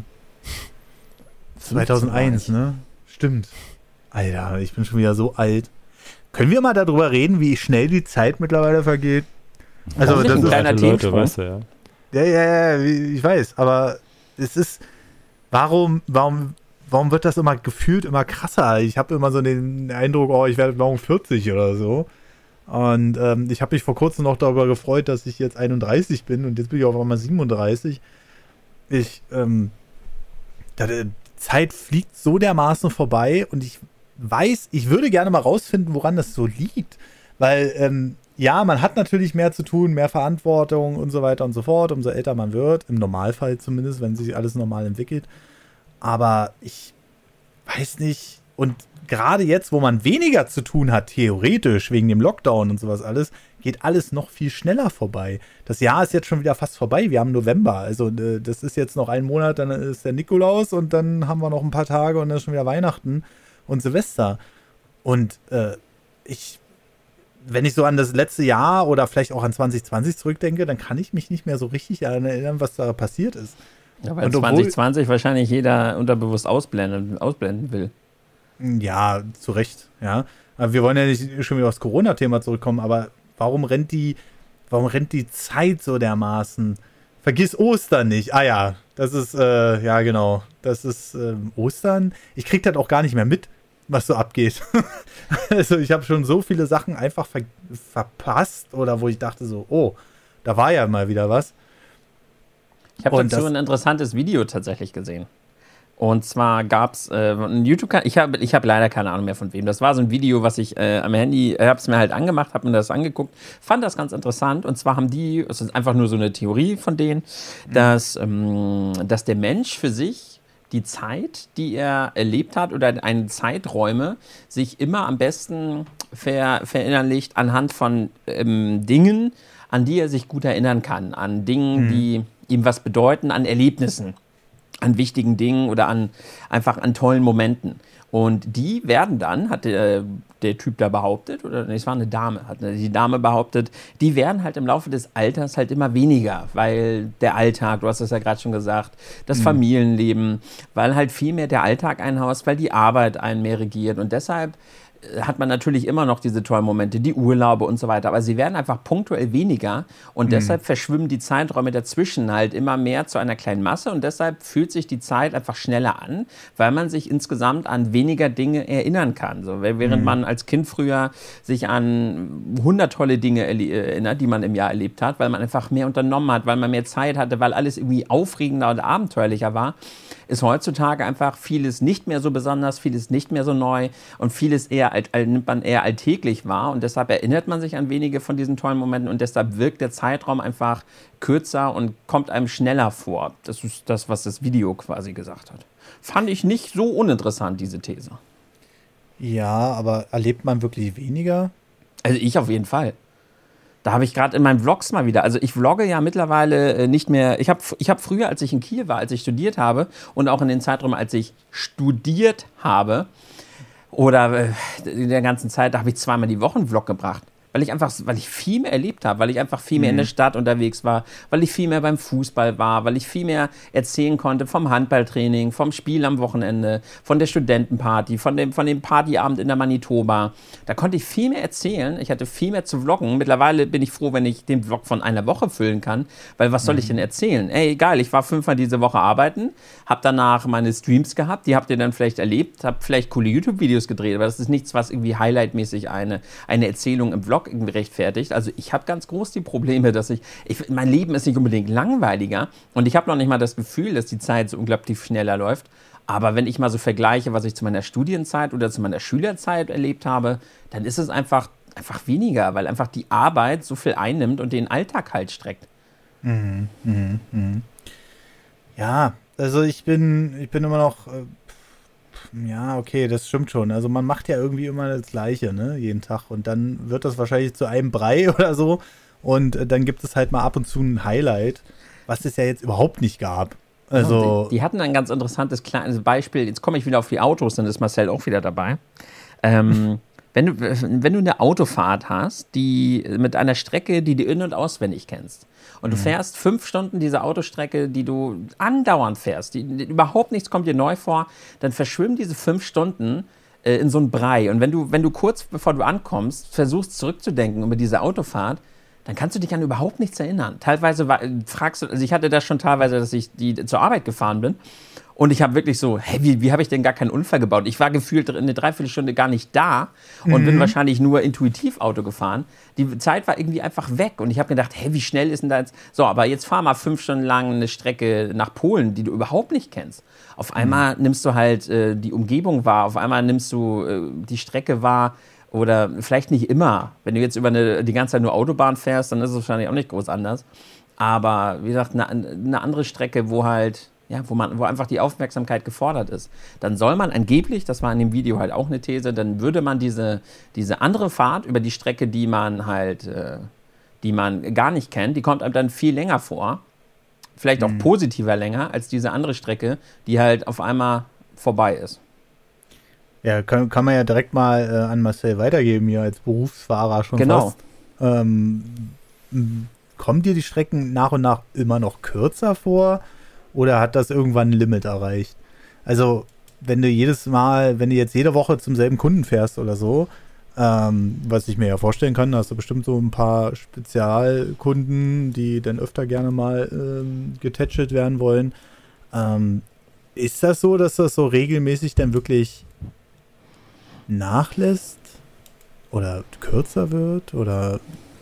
2001, ne? Stimmt. Alter, ich bin schon wieder so alt. Können wir mal darüber reden, wie schnell die Zeit mittlerweile vergeht? Also, das ein ist kleiner Leute, weißt du, ja. Ja, ich weiß, aber es ist, warum wird das immer gefühlt immer krasser? Ich habe immer so den Eindruck, ich werde morgen 40 oder so. Und ich habe mich vor kurzem noch darüber gefreut, dass ich jetzt 31 bin und jetzt bin ich auf einmal 37. Die Zeit fliegt so dermaßen vorbei und ich würde gerne mal rausfinden, woran das so liegt. Weil, man hat natürlich mehr zu tun, mehr Verantwortung und so weiter und so fort, umso älter man wird, im Normalfall zumindest, wenn sich alles normal entwickelt. Aber ich weiß nicht, und gerade jetzt, wo man weniger zu tun hat, theoretisch, wegen dem Lockdown und sowas alles, geht alles noch viel schneller vorbei. Das Jahr ist jetzt schon wieder fast vorbei, wir haben November, also das ist jetzt noch ein Monat, dann ist der Nikolaus und dann haben wir noch ein paar Tage und dann ist schon wieder Weihnachten und Silvester. Und wenn ich so an das letzte Jahr oder vielleicht auch an 2020 zurückdenke, dann kann ich mich nicht mehr so richtig daran erinnern, was da passiert ist. Ja, weil 2020 wahrscheinlich jeder unterbewusst ausblenden will. Ja, zu Recht, ja. Aber wir wollen ja nicht schon wieder aufs Corona-Thema zurückkommen, aber warum rennt die Zeit so dermaßen? Vergiss Ostern nicht. Ah ja, das ist, genau. Das ist Ostern. Ich krieg das auch gar nicht mehr mit, was so abgeht. Also ich habe schon so viele Sachen einfach verpasst oder wo ich dachte so, da war ja mal wieder was. Ich habe dazu ein interessantes Video tatsächlich gesehen. Und zwar gab es einen YouTube-Kanal, ich hab leider keine Ahnung mehr von wem. Das war so ein Video, was ich am Handy, habe es mir halt angemacht, habe mir das angeguckt, fand das ganz interessant. Und zwar haben die, es ist einfach nur so eine Theorie von denen, dass der Mensch für sich die Zeit, die er erlebt hat oder eine Zeiträume, sich immer am besten verinnerlicht anhand von Dingen, an die er sich gut erinnern kann. An Dingen, die ihm was bedeuten, an Erlebnissen. An wichtigen Dingen oder einfach an tollen Momenten. Und die werden dann, hat der Typ da behauptet, oder nee, es war eine Dame, hat die Dame behauptet, die werden halt im Laufe des Alters halt immer weniger, weil der Alltag, du hast es ja gerade schon gesagt, das Familienleben, weil halt viel mehr der Alltag einhaust, weil die Arbeit einen mehr regiert und deshalb hat man natürlich immer noch diese tollen Momente, die Urlaube und so weiter, aber sie werden einfach punktuell weniger und deshalb verschwimmen die Zeiträume dazwischen halt immer mehr zu einer kleinen Masse und deshalb fühlt sich die Zeit einfach schneller an, weil man sich insgesamt an weniger Dinge erinnern kann. So, während man als Kind früher sich an 100 tolle Dinge erinnert, die man im Jahr erlebt hat, weil man einfach mehr unternommen hat, weil man mehr Zeit hatte, weil alles irgendwie aufregender und abenteuerlicher war, ist heutzutage einfach vieles nicht mehr so besonders, vieles nicht mehr so neu und vieles eher nimmt man eher alltäglich wahr und deshalb erinnert man sich an wenige von diesen tollen Momenten und deshalb wirkt der Zeitraum einfach kürzer und kommt einem schneller vor. Das ist das, was das Video quasi gesagt hat. Fand ich nicht so uninteressant, diese These. Ja, aber erlebt man wirklich weniger? Also ich auf jeden Fall. Da habe ich gerade in meinen Vlogs mal wieder, also ich vlogge ja mittlerweile nicht mehr, ich hab früher, als ich in Kiel war, als ich studiert habe und auch in den Zeiträumen, als ich studiert habe oder in der ganzen Zeit, da habe ich zweimal die Woche einen Vlog gebracht. Weil ich viel mehr erlebt habe, weil ich einfach viel mehr in der Stadt unterwegs war, weil ich viel mehr beim Fußball war, weil ich viel mehr erzählen konnte vom Handballtraining, vom Spiel am Wochenende, von der Studentenparty, von dem Partyabend in der Manitoba. Da konnte ich viel mehr erzählen, ich hatte viel mehr zu vloggen. Mittlerweile bin ich froh, wenn ich den Vlog von einer Woche füllen kann, weil was soll ich denn erzählen? Ey, egal, ich war 5-mal diese Woche arbeiten, habe danach meine Streams gehabt, die habt ihr dann vielleicht erlebt, habe vielleicht coole YouTube-Videos gedreht, aber das ist nichts, was irgendwie highlightmäßig eine Erzählung im Vlog irgendwie rechtfertigt. Also ich habe ganz groß die Probleme, dass mein Leben ist nicht unbedingt langweiliger und ich habe noch nicht mal das Gefühl, dass die Zeit so unglaublich schneller läuft. Aber wenn ich mal so vergleiche, was ich zu meiner Studienzeit oder zu meiner Schülerzeit erlebt habe, dann ist es einfach weniger, weil einfach die Arbeit so viel einnimmt und den Alltag halt streckt. Ja, also ich bin immer noch ja, okay, das stimmt schon. Also man macht ja irgendwie immer das Gleiche, ne, jeden Tag. Und dann wird das wahrscheinlich zu einem Brei oder so. Und dann gibt es halt mal ab und zu ein Highlight, was es ja jetzt überhaupt nicht gab. Also die hatten ein ganz interessantes kleines Beispiel. Jetzt komme ich wieder auf die Autos, dann ist Marcel auch wieder dabei. Wenn du eine Autofahrt hast, die mit einer Strecke, die du in- und auswendig kennst, und du fährst 5 Stunden diese Autostrecke, die du andauernd fährst, überhaupt nichts kommt dir neu vor, dann verschwimmen diese 5 Stunden in so einen Brei. Und wenn du kurz bevor du ankommst, versuchst zurückzudenken über diese Autofahrt, dann kannst du dich an überhaupt nichts erinnern. Teilweise fragst du, also ich hatte das schon teilweise, dass ich zur Arbeit gefahren bin. Und ich habe wirklich so, hey, wie habe ich denn gar keinen Unfall gebaut? Ich war gefühlt eine Dreiviertelstunde gar nicht da und bin wahrscheinlich nur intuitiv Auto gefahren. Die Zeit war irgendwie einfach weg und ich habe gedacht, hey, wie schnell ist denn da jetzt? So, aber jetzt fahr mal 5 Stunden lang eine Strecke nach Polen, die du überhaupt nicht kennst. Auf einmal nimmst du halt die Umgebung wahr, auf einmal nimmst du die Strecke wahr oder vielleicht nicht immer. Wenn du jetzt die ganze Zeit nur Autobahn fährst, dann ist es wahrscheinlich auch nicht groß anders. Aber wie gesagt, eine andere Strecke, wo halt wo einfach die Aufmerksamkeit gefordert ist. Dann soll man angeblich, das war in dem Video halt auch eine These, dann würde man diese andere Fahrt über die Strecke, die man gar nicht kennt, die kommt einem dann viel länger vor. Vielleicht auch positiver länger als diese andere Strecke, die halt auf einmal vorbei ist. Ja, kann man ja direkt mal an Marcel weitergeben, hier als Berufsfahrer schon fast. Kommen dir die Strecken nach und nach immer noch kürzer vor? Oder hat das irgendwann ein Limit erreicht? Also, wenn du jetzt jede Woche zum selben Kunden fährst oder so, was ich mir ja vorstellen kann, da hast du bestimmt so ein paar Spezialkunden, die dann öfter gerne mal getätschelt werden wollen. Ist das so, dass das so regelmäßig dann wirklich nachlässt? Oder kürzer wird? Oder...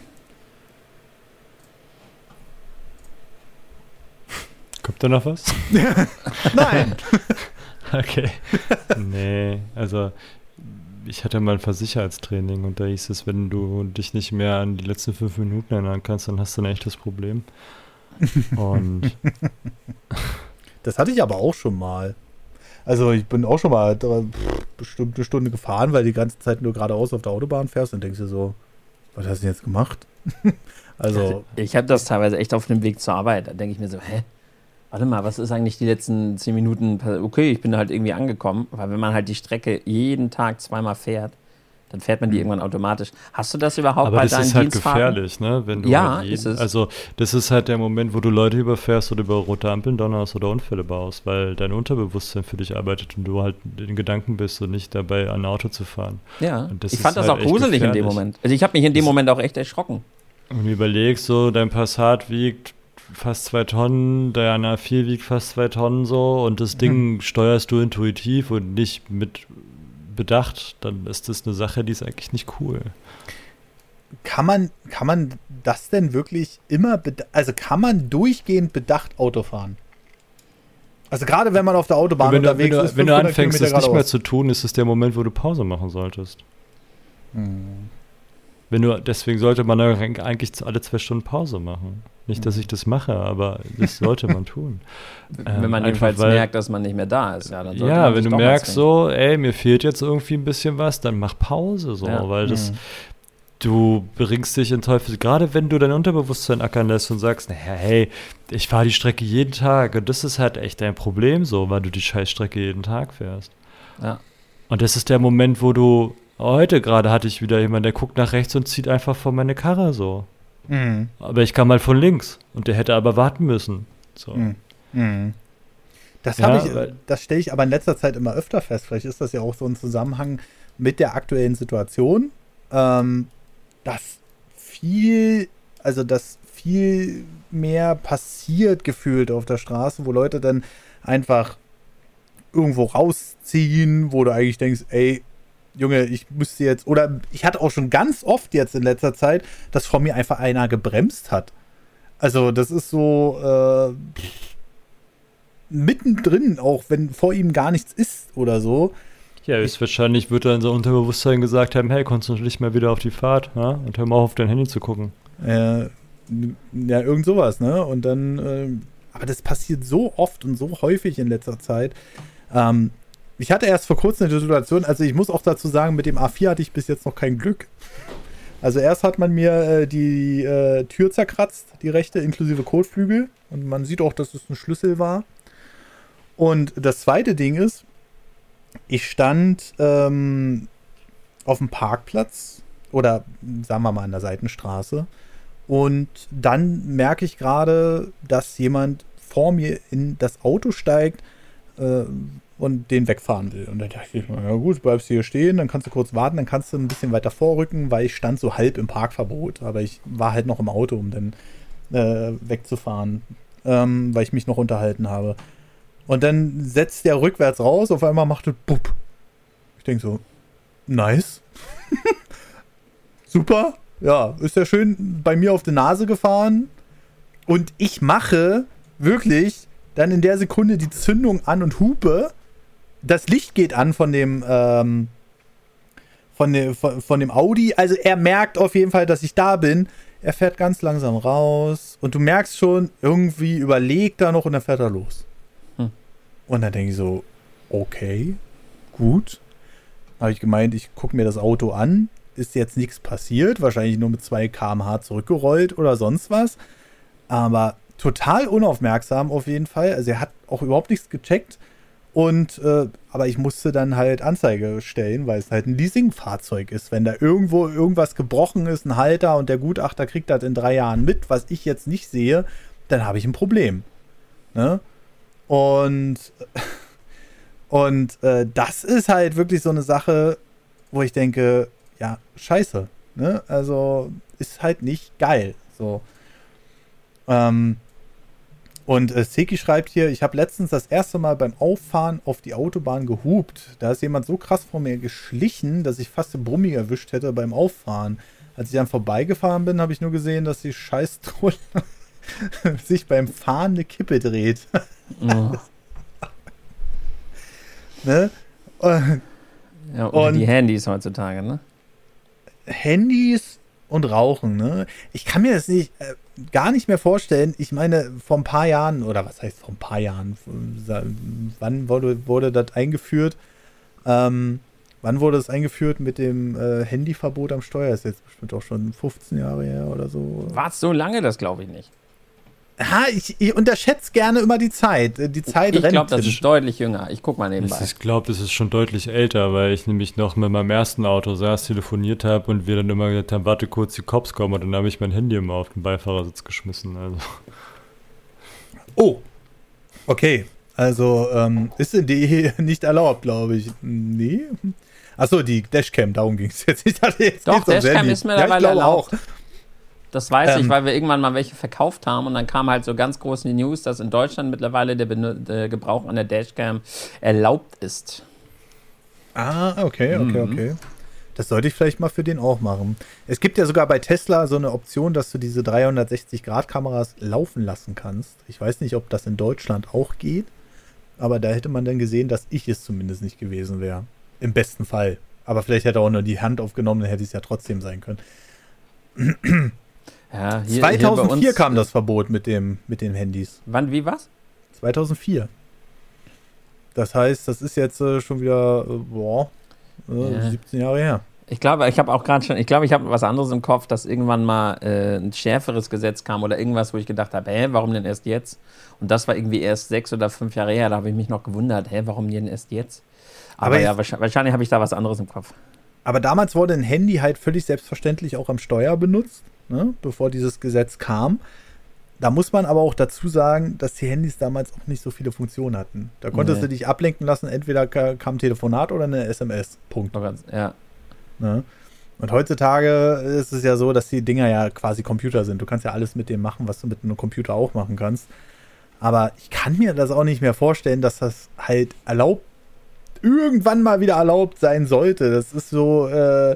Kommt da noch was? Nein. Okay. Nee, also ich hatte mal ein Versicherheitstraining und da hieß es, wenn du dich nicht mehr an die letzten 5 Minuten erinnern kannst, dann hast du ein echtes Problem. Und das hatte ich aber auch schon mal. Also ich bin auch schon mal bestimmt eine Stunde gefahren, weil die ganze Zeit nur geradeaus auf der Autobahn fährst und denkst dir so, was hast du denn jetzt gemacht? Also ich habe das teilweise echt auf dem Weg zur Arbeit. Da denke ich mir so, Warte mal, was ist eigentlich die letzten 10 Minuten? Okay, ich bin halt irgendwie angekommen, weil wenn man halt die Strecke jeden Tag zweimal fährt, dann fährt man die irgendwann automatisch. Hast du das überhaupt bei deinen Dienstfahrten? Aber das ist halt gefährlich, ne? Wenn du ja, halt ist es. Also das ist halt der Moment, wo du Leute überfährst oder über rote Ampeln donnerst oder Unfälle baust, weil dein Unterbewusstsein für dich arbeitet und du halt in Gedanken bist und nicht dabei, ein Auto zu fahren. Ja, ich fand das halt auch gruselig in dem Moment. Also ich habe mich in dem Moment auch echt erschrocken. Und du überlegst so, dein Passat wiegt fast 2 Tonnen, dein A4 wiegt fast 2 Tonnen so und das Ding steuerst du intuitiv und nicht mit bedacht, dann ist das eine Sache, die ist eigentlich nicht cool. Kann man das denn wirklich immer, also kann man durchgehend bedacht Auto fahren? Also gerade wenn man auf der Autobahn unterwegs ist, wenn du anfängst, es nicht mehr zu tun, ist es der Moment, wo du Pause machen solltest. Deswegen sollte man eigentlich alle 2 Stunden Pause machen. Nicht, dass ich das mache, aber das sollte man tun. Wenn man jedenfalls merkt, dass man nicht mehr da ist. Ja, dann sollte man wenn du merkst so, ey, mir fehlt jetzt irgendwie ein bisschen was, dann mach Pause so, weil du bringst dich in Teufel, gerade wenn du dein Unterbewusstsein ackern lässt und sagst, naja, hey, ich fahre die Strecke jeden Tag und das ist halt echt ein Problem so, weil du die Scheißstrecke jeden Tag fährst. Ja. Und das ist der Moment, wo du, heute gerade hatte ich wieder jemanden, der guckt nach rechts und zieht einfach vor meine Karre so. Aber ich kam mal von links und der hätte aber warten müssen. So. Das stelle ich aber in letzter Zeit immer öfter fest. Vielleicht ist das ja auch so ein Zusammenhang mit der aktuellen Situation, dass viel mehr passiert gefühlt auf der Straße, wo Leute dann einfach irgendwo rausziehen, wo du eigentlich denkst, ey, Junge, ich müsste jetzt, oder ich hatte auch schon ganz oft jetzt in letzter Zeit, dass vor mir einfach einer gebremst hat. Also das ist so mittendrin, auch wenn vor ihm gar nichts ist oder so. Ja, wahrscheinlich wird dann so Unterbewusstsein gesagt haben, hey, konzentriere dich mal wieder auf die Fahrt, ne? Und hör mal auf dein Handy zu gucken. Ja, irgend sowas, ne? Und dann, aber das passiert so oft und so häufig in letzter Zeit. Ich hatte erst vor kurzem eine Situation, also ich muss auch dazu sagen, mit dem A4 hatte ich bis jetzt noch kein Glück. Also erst hat man mir die Tür zerkratzt, die rechte, inklusive Kotflügel. Und man sieht auch, dass es ein Schlüssel war. Und das zweite Ding ist, ich stand auf dem Parkplatz oder sagen wir mal an der Seitenstraße und dann merke ich gerade, dass jemand vor mir in das Auto steigt und den wegfahren will. Und dann dachte ich, ja gut, bleibst du hier stehen, dann kannst du kurz warten, dann kannst du ein bisschen weiter vorrücken, weil ich stand so halb im Parkverbot, aber ich war halt noch im Auto, um dann wegzufahren, weil ich mich noch unterhalten habe. Und dann setzt der rückwärts raus, auf einmal macht es bupp. Ich denke so, nice. Super, ja, ist ja schön bei mir auf die Nase gefahren. Und ich mache wirklich dann in der Sekunde die Zündung an und hupe. Das Licht geht an von dem Audi. Also er merkt auf jeden Fall, dass ich da bin. Er fährt ganz langsam raus. Und du merkst schon, irgendwie überlegt er noch und dann fährt er los. Und dann denke ich so, okay, gut. Habe ich gemeint, ich gucke mir das Auto an. Ist jetzt nichts passiert. Wahrscheinlich nur mit 2 km/h zurückgerollt oder sonst was. Aber total unaufmerksam auf jeden Fall. Also er hat auch überhaupt nichts gecheckt. Und aber ich musste dann halt Anzeige stellen, weil es halt ein Leasingfahrzeug ist. Wenn da irgendwo irgendwas gebrochen ist, ein Halter und der Gutachter kriegt das in 3 Jahren mit, was ich jetzt nicht sehe, dann habe ich ein Problem. Ne? Und das ist halt wirklich so eine Sache, wo ich denke, ja, scheiße. Ne? Also ist halt nicht geil. So. Und Seki schreibt hier, ich habe letztens das erste Mal beim Auffahren auf die Autobahn gehupt. Da ist jemand so krass vor mir geschlichen, dass ich fast den Brummi erwischt hätte beim Auffahren. Als ich dann vorbeigefahren bin, habe ich nur gesehen, dass die Scheißtrolle sich beim Fahren eine Kippe dreht. Oh. Ne? Ja, und die Handys heutzutage, ne? Handys und Rauchen, ne? Ich kann mir das gar nicht mehr vorstellen. Ich meine, vor ein paar Jahren, oder was heißt vor ein paar Jahren? Wann wurde das eingeführt? Wann wurde es eingeführt mit dem Handyverbot am Steuer? Ist jetzt bestimmt auch schon 15 Jahre her oder so. War es so lange? Das glaube ich nicht. Ich unterschätze gerne immer die Zeit. Die Zeit rennt. Ich glaube, das ist deutlich jünger. Ich guck mal nebenbei. Ich glaube, das ist schon deutlich älter, weil ich nämlich noch mit meinem ersten Auto saß, telefoniert habe und wir dann immer gesagt haben, warte kurz, die Cops kommen, und dann habe ich mein Handy immer auf den Beifahrersitz geschmissen. Also. Oh, okay. Also ist in DE nicht erlaubt, glaube ich. Nee. Achso, die Dashcam, darum ging es jetzt. Ich dachte, jetzt Doch, Dashcam ist mittlerweile erlaubt. Auch. Das weiß ich, weil wir irgendwann mal welche verkauft haben und dann kam halt so ganz groß in die News, dass in Deutschland mittlerweile der Gebrauch an der Dashcam erlaubt ist. Okay. Das sollte ich vielleicht mal für den auch machen. Es gibt ja sogar bei Tesla so eine Option, dass du diese 360-Grad-Kameras laufen lassen kannst. Ich weiß nicht, ob das in Deutschland auch geht, aber da hätte man dann gesehen, dass ich es zumindest nicht gewesen wäre. Im besten Fall. Aber vielleicht hätte er auch nur die Hand aufgenommen, dann hätte es ja trotzdem sein können. Ja, 2004 kam das Verbot mit den Handys. Wann, wie, was? 2004. Das heißt, das ist jetzt schon wieder 17 Jahre her. Ich glaube, ich habe was anderes im Kopf, dass irgendwann mal ein schärferes Gesetz kam oder irgendwas, wo ich gedacht habe, warum denn erst jetzt? Und das war irgendwie erst 6 oder 5 Jahre her, da habe ich mich noch gewundert, warum denn erst jetzt? Aber ja, wahrscheinlich habe ich da was anderes im Kopf. Aber damals wurde ein Handy halt völlig selbstverständlich auch am Steuer benutzt, ne, bevor dieses Gesetz kam. Da muss man aber auch dazu sagen, dass die Handys damals auch nicht so viele Funktionen hatten. Da konntest du dich ablenken lassen, entweder kam ein Telefonat oder eine SMS. Punkt. Ja. Ne? Und heutzutage ist es ja so, dass die Dinger ja quasi Computer sind. Du kannst ja alles mit dem machen, was du mit einem Computer auch machen kannst. Aber ich kann mir das auch nicht mehr vorstellen, dass das halt irgendwann mal wieder erlaubt sein sollte. Das ist so,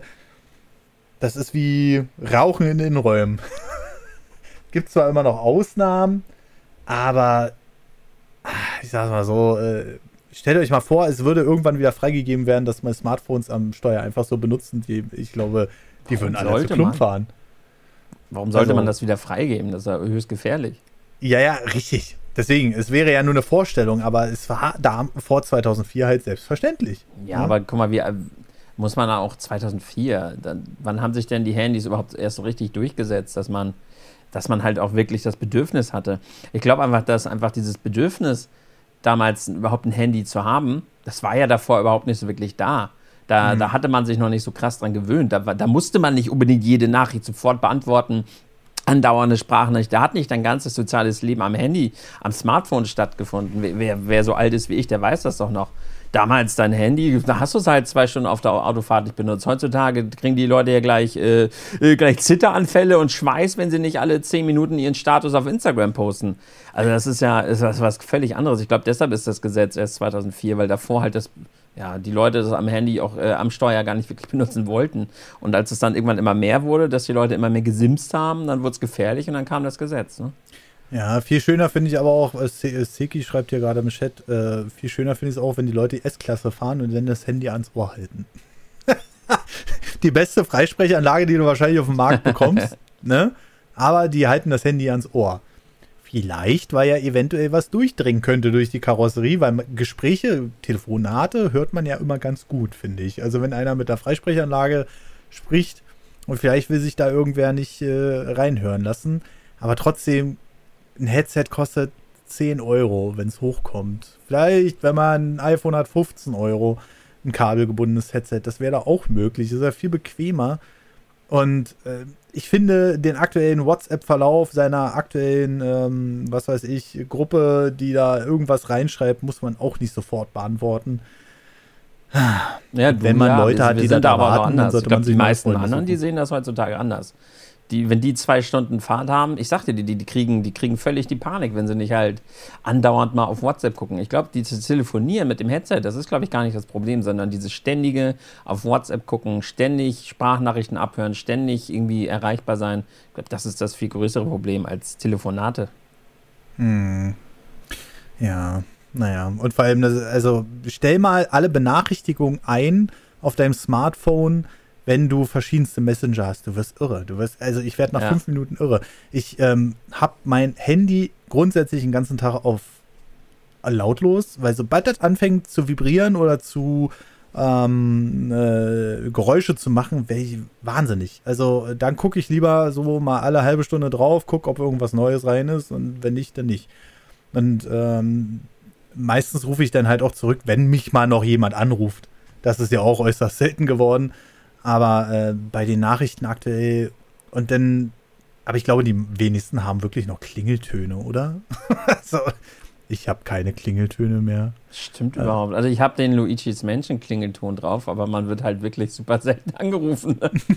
das ist wie Rauchen in Innenräumen. Gibt zwar immer noch Ausnahmen, aber ich sag's mal so, stellt euch mal vor, es würde irgendwann wieder freigegeben werden, dass man Smartphones am Steuer einfach so benutzen. Ich glaube, die würden alle zu Klump fahren. Warum sollte man das wieder freigeben? Das ist ja höchst gefährlich. Ja, richtig. Deswegen, es wäre ja nur eine Vorstellung, aber es war da vor 2004 halt selbstverständlich. Ja, aber guck mal, muss man auch 2004, wann haben sich denn die Handys überhaupt erst so richtig durchgesetzt, dass man halt auch wirklich das Bedürfnis hatte. Ich glaube einfach, dass einfach dieses Bedürfnis, damals überhaupt ein Handy zu haben, das war ja davor überhaupt nicht so wirklich da. Da hatte man sich noch nicht so krass dran gewöhnt. Da musste man nicht unbedingt jede Nachricht sofort beantworten, andauernde Sprachnachricht. Da hat nicht dein ganzes soziales Leben am Handy, am Smartphone stattgefunden. Wer so alt ist wie ich, der weiß das doch noch. Damals dein Handy, da hast du es halt 2 Stunden auf der Autofahrt nicht benutzt. Heutzutage kriegen die Leute ja gleich Zitteranfälle und Schweiß, wenn sie nicht alle 10 Minuten ihren Status auf Instagram posten. Also das ist was völlig anderes. Ich glaube, deshalb ist das Gesetz erst 2004, weil davor halt die Leute das am Handy auch am Steuer gar nicht wirklich benutzen wollten. Und als es dann irgendwann immer mehr wurde, dass die Leute immer mehr gesimst haben, dann wurde es gefährlich und dann kam das Gesetz, ne? Ja, viel schöner finde ich aber auch, Seki schreibt hier gerade im Chat, viel schöner finde ich es auch, wenn die Leute die S-Klasse fahren und dann das Handy ans Ohr halten. Die beste Freisprechanlage, die du wahrscheinlich auf dem Markt bekommst, ne? Aber die halten das Handy ans Ohr. Vielleicht, weil ja eventuell was durchdringen könnte durch die Karosserie, weil Gespräche, Telefonate hört man ja immer ganz gut, finde ich. Also wenn einer mit der Freisprechanlage spricht und vielleicht will sich da irgendwer nicht reinhören lassen, aber trotzdem, ein Headset kostet 10 Euro, wenn es hochkommt. Vielleicht, wenn man ein iPhone hat, 15 Euro, ein kabelgebundenes Headset. Das wäre da auch möglich. Das ist ja viel bequemer. Und ich finde den aktuellen WhatsApp-Verlauf seiner aktuellen, Gruppe, die da irgendwas reinschreibt, muss man auch nicht sofort beantworten. Ja, wenn man Leute hat, die da warten, dann sollte man sich die meisten anderen, die sehen das heutzutage anders. Wenn die 2 Stunden Fahrt haben, ich sagte dir, die kriegen völlig die Panik, wenn sie nicht halt andauernd mal auf WhatsApp gucken. Ich glaube, dieses Telefonieren mit dem Headset, das ist, glaube ich, gar nicht das Problem, sondern dieses ständige auf WhatsApp gucken, ständig Sprachnachrichten abhören, ständig irgendwie erreichbar sein. Ich glaube, das ist das viel größere Problem als Telefonate. Ja, naja. Und vor allem, stell mal alle Benachrichtigungen ein auf deinem Smartphone, wenn du verschiedenste Messenger hast. Du wirst irre. Ich werde nach 5 Minuten irre. Ich habe mein Handy grundsätzlich den ganzen Tag auf lautlos, weil sobald das anfängt zu vibrieren oder zu Geräusche zu machen, wäre ich wahnsinnig. Also dann gucke ich lieber so mal alle halbe Stunde drauf, gucke, ob irgendwas Neues rein ist und wenn nicht, dann nicht. Und meistens rufe ich dann halt auch zurück, wenn mich mal noch jemand anruft. Das ist ja auch äußerst selten geworden. Aber bei den Nachrichten aktuell und dann, aber ich glaube, die wenigsten haben wirklich noch Klingeltöne, oder? Also, ich habe keine Klingeltöne mehr. Stimmt überhaupt. Also ich habe den Luigi's Mansion Klingelton drauf, aber man wird halt wirklich super selten angerufen.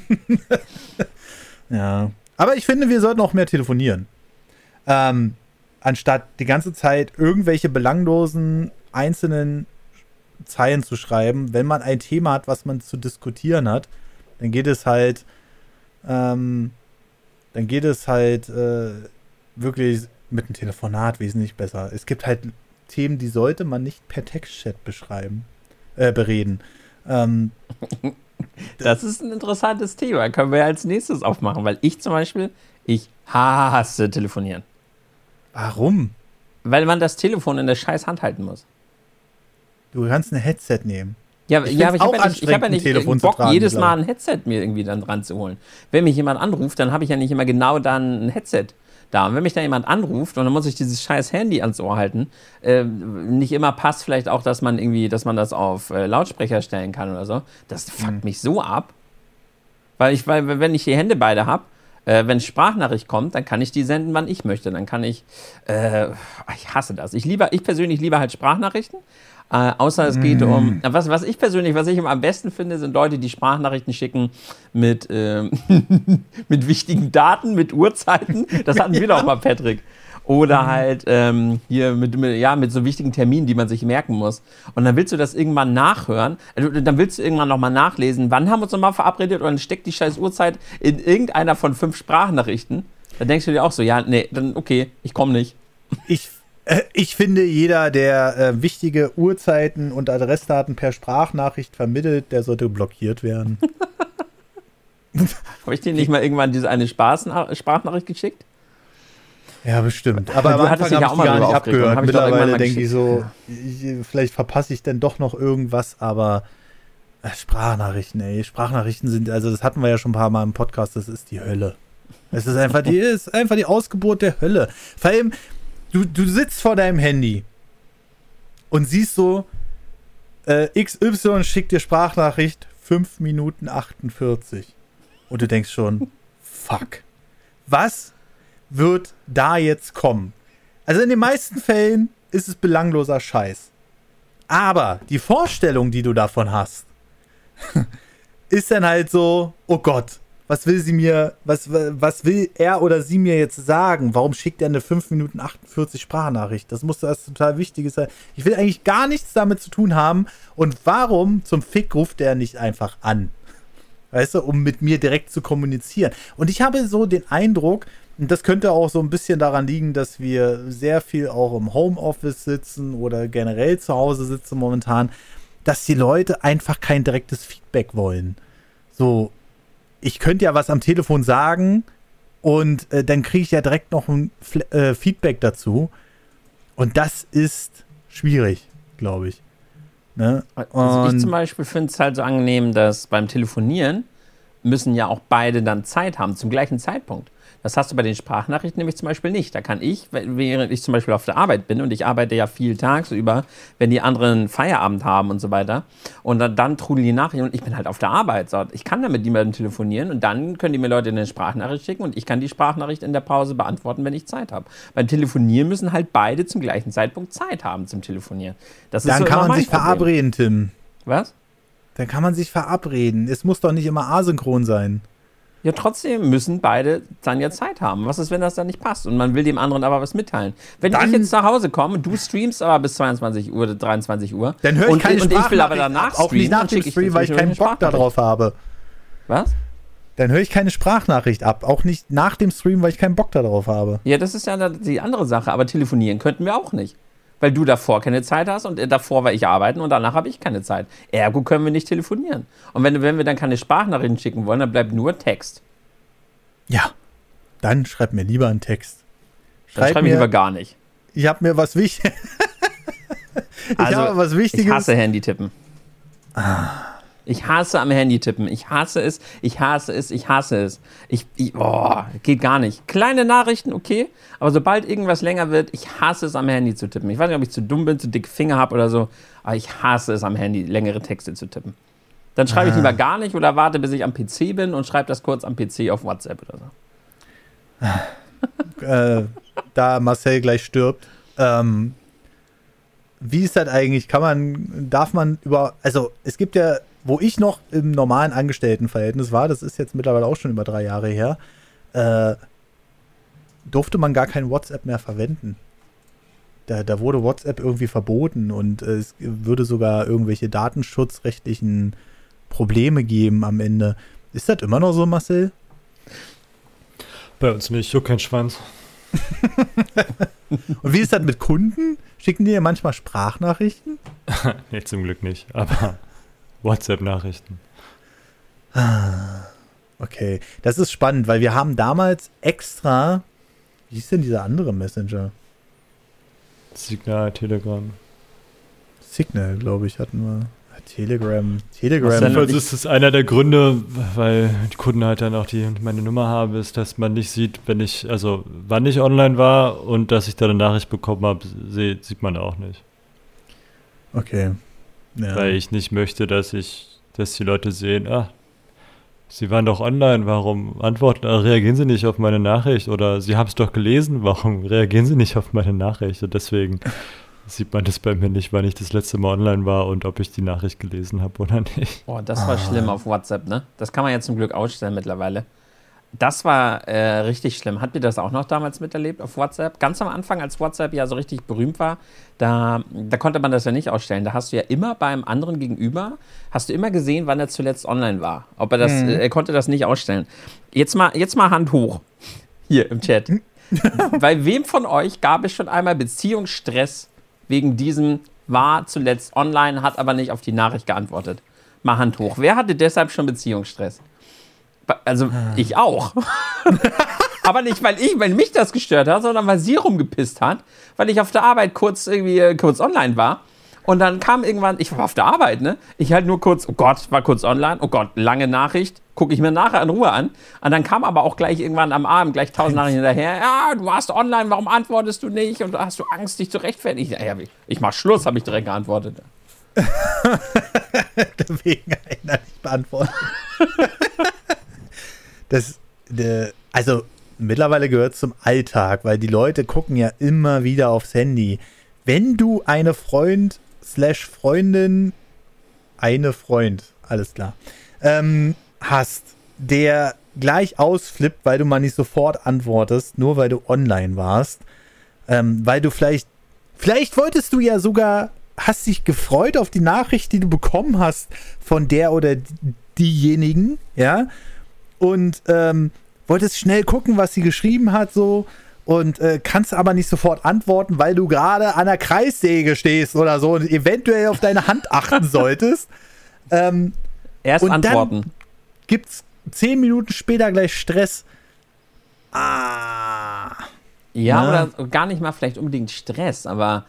Ja. Aber ich finde, wir sollten auch mehr telefonieren. Anstatt die ganze Zeit irgendwelche belanglosen einzelnen Zeilen zu schreiben, wenn man ein Thema hat, was man zu diskutieren hat, dann geht es halt wirklich mit einem Telefonat wesentlich besser. Es gibt halt Themen, die sollte man nicht per Textchat bereden. Das ist ein interessantes Thema. Können wir als nächstes aufmachen, weil ich zum Beispiel, ich hasse telefonieren. Warum? Weil man das Telefon in der scheiß Hand halten muss. Du kannst ein Headset nehmen. Ja, aber ich habe ja nicht Telefon Bock, tragen, jedes Mal ein Headset mir irgendwie dann ranzuholen. Wenn mich jemand anruft, dann habe ich ja nicht immer genau dann ein Headset da. Und wenn mich da jemand anruft und dann muss ich dieses scheiß Handy ans Ohr halten, nicht immer passt vielleicht auch, dass man das auf Lautsprecher stellen kann oder so. Das fuckt mich so ab. Weil wenn ich die Hände beide habe, wenn Sprachnachricht kommt, dann kann ich die senden, wann ich möchte. Dann kann ich, ich hasse das. Ich persönlich liebe halt Sprachnachrichten. Außer es geht um, was ich immer am besten finde, sind Leute, die Sprachnachrichten schicken mit wichtigen Daten, mit Uhrzeiten. Das hatten wir doch mal, Patrick. Oder halt hier mit so wichtigen Terminen, die man sich merken muss. Und dann willst du das irgendwann nachhören. Also, dann willst du irgendwann nochmal nachlesen, wann haben wir uns nochmal verabredet und dann steckt die scheiß Uhrzeit in irgendeiner von 5 Sprachnachrichten. Dann denkst du dir auch so, ja, nee, dann okay, ich komme nicht. Ich finde, jeder, der wichtige Uhrzeiten und Adressdaten per Sprachnachricht vermittelt, der sollte blockiert werden. Habe ich dir nicht mal irgendwann diese eine Sprachnachricht geschickt? Ja, bestimmt. Aber du am hattest Anfang dich ja habe auch ich die mal gar nicht drüber aufgeregt. abgehört. Mittlerweile denke ich so, Ja. vielleicht verpasse ich dann doch noch irgendwas, aber Sprachnachrichten, Sprachnachrichten sind, also das hatten wir ja schon ein paar Mal im Podcast, das ist die Hölle. Es ist einfach die Ausgeburt der Hölle. Vor allem, du sitzt vor deinem Handy und siehst so, XY schickt dir Sprachnachricht 5 Minuten 48. Und du denkst schon, fuck. Was wird da jetzt kommen? Also in den meisten Fällen ist es belangloser Scheiß. Aber die Vorstellung, die du davon hast, ist dann halt so, oh Gott, was will er oder sie mir jetzt sagen? Warum schickt er eine 5 Minuten 48 Sprachnachricht? Das muss das total Wichtiges sein. Ich will eigentlich gar nichts damit zu tun haben. Und warum zum Fick ruft er nicht einfach an? Weißt du, um mit mir direkt zu kommunizieren. Und ich habe so den Eindruck, und das könnte auch so ein bisschen daran liegen, dass wir sehr viel auch im Homeoffice sitzen oder generell zu Hause sitzen momentan, dass die Leute einfach kein direktes Feedback wollen. So, ich könnte ja was am Telefon sagen und dann kriege ich ja direkt noch ein Feedback dazu. Und das ist schwierig, glaube ich. Ne? Also ich zum Beispiel finde es halt so angenehm, dass beim Telefonieren müssen ja auch beide dann Zeit haben, zum gleichen Zeitpunkt. Das hast du bei den Sprachnachrichten nämlich zum Beispiel nicht. Da kann ich, während ich zum Beispiel auf der Arbeit bin, und ich arbeite ja viel tagsüber, wenn die anderen Feierabend haben und so weiter, und dann trudeln die Nachrichten und ich bin halt auf der Arbeit. So, ich kann dann mit jemandem telefonieren und dann können die mir Leute eine Sprachnachricht schicken und ich kann die Sprachnachricht in der Pause beantworten, wenn ich Zeit habe. Beim Telefonieren müssen halt beide zum gleichen Zeitpunkt Zeit haben zum Telefonieren. Das ist dann so kann immer man mein sich Problem. verabreden, Tim. Was? Dann kann man sich verabreden. Es muss doch nicht immer asynchron sein. Ja, trotzdem müssen beide dann ja Zeit haben. Was ist, wenn das dann nicht passt und man will dem anderen aber was mitteilen? Wenn Dann- ich jetzt nach Hause komme und du streamst aber bis 22 Uhr oder 23 Uhr Dann höre ich keine und ich will aber Sprachnachricht danach ab, auch nicht streamen, nach dann dem schicke ich Stream, weil ich natürlich keinen eine Bock darauf habe. Was? Dann höre ich keine Sprachnachricht ab, auch nicht nach dem Stream, weil ich keinen Bock darauf habe. Ja, das ist ja die andere Sache, aber telefonieren könnten wir auch nicht. Weil du davor keine Zeit hast und davor war ich arbeiten und danach habe ich keine Zeit. Ergo können wir nicht telefonieren. Und wenn wir dann keine Sprachnachrichten schicken wollen, dann bleibt nur Text. Ja, dann schreib mir lieber einen Text. Dann schreibe ich lieber gar nicht. Ich habe mir was Wichtiges. Ich hasse Handytippen. Ich hasse am Handy tippen. Ich hasse es. Geht gar nicht. Kleine Nachrichten, okay. Aber sobald irgendwas länger wird, ich hasse es am Handy zu tippen. Ich weiß nicht, ob ich zu dumm bin, zu dicke Finger habe oder so. Aber ich hasse es am Handy, längere Texte zu tippen. Dann schreibe ich lieber gar nicht oder warte, bis ich am PC bin und schreibe das kurz am PC auf WhatsApp oder so. Da Marcel gleich stirbt. Wie ist das eigentlich? Also es gibt ja, wo ich noch im normalen Angestelltenverhältnis war, das ist jetzt mittlerweile auch schon über 3 Jahre her, durfte man gar kein WhatsApp mehr verwenden. Da wurde WhatsApp irgendwie verboten und es würde sogar irgendwelche datenschutzrechtlichen Probleme geben am Ende. Ist das immer noch so, Marcel? Bei uns nicht, juckt kein Schwanz. Und wie ist das mit Kunden? Schicken die dir manchmal Sprachnachrichten? Nee, zum Glück nicht, aber WhatsApp-Nachrichten. Okay, das ist spannend, weil wir haben damals extra, wie hieß denn dieser andere Messenger? Signal, Telegram. Signal, glaube ich, hatten wir. Telegram. Jedenfalls ist es einer der Gründe, weil die Kunden halt dann auch meine Nummer haben, ist, dass man nicht sieht, wann ich online war und dass ich da eine Nachricht bekommen habe, sieht man auch nicht. Okay. Ja. Weil ich nicht möchte, dass die Leute sehen, sie waren doch online, warum reagieren sie nicht auf meine Nachricht? Oder sie haben es doch gelesen, warum reagieren sie nicht auf meine Nachricht? Und deswegen sieht man das bei mir nicht, wann ich das letzte Mal online war und ob ich die Nachricht gelesen habe oder nicht. Boah, das war schlimm auf WhatsApp, ne? Das kann man ja zum Glück ausstellen mittlerweile. Das war richtig schlimm. Habt ihr das auch noch damals miterlebt auf WhatsApp? Ganz am Anfang, als WhatsApp ja so richtig berühmt war, da konnte man das ja nicht ausstellen. Da hast du ja immer beim anderen Gegenüber, hast du immer gesehen, wann er zuletzt online war. Er konnte das nicht ausstellen. Jetzt mal Hand hoch. Hier im Chat. Bei wem von euch gab es schon einmal Beziehungsstress wegen diesem war zuletzt online, hat aber nicht auf die Nachricht geantwortet? Mal Hand hoch. Wer hatte deshalb schon Beziehungsstress? Also ich auch. Aber nicht, weil mich das gestört hat, sondern weil sie rumgepisst hat, weil ich auf der Arbeit kurz online war. Und dann kam irgendwann, ich war auf der Arbeit, ne? Ich halt nur kurz, oh Gott, war kurz online, oh Gott, lange Nachricht, gucke ich mir nachher in Ruhe an. Und dann kam aber auch gleich irgendwann am Abend gleich 1000 Nachrichten hinterher, ja, du warst online, warum antwortest du nicht? Und hast du Angst, dich zu rechtfertigen? Ich mach Schluss, habe ich direkt geantwortet. Wegen einer nicht beantwortet. Also mittlerweile gehört es zum Alltag, weil die Leute gucken ja immer wieder aufs Handy. Wenn du eine Freundin, alles klar, hast, der gleich ausflippt, weil du mal nicht sofort antwortest, nur weil du online warst, weil du vielleicht wolltest du ja sogar, hast dich gefreut auf die Nachricht, die du bekommen hast von der oder diejenigen, ja, und wolltest schnell gucken, was sie geschrieben hat, so, und kannst aber nicht sofort antworten, weil du gerade an der Kreissäge stehst oder so und eventuell auf deine Hand achten solltest. Erst und antworten. Dann gibt's 10 Minuten später gleich Stress. Ja, oder gar nicht mal vielleicht unbedingt Stress, aber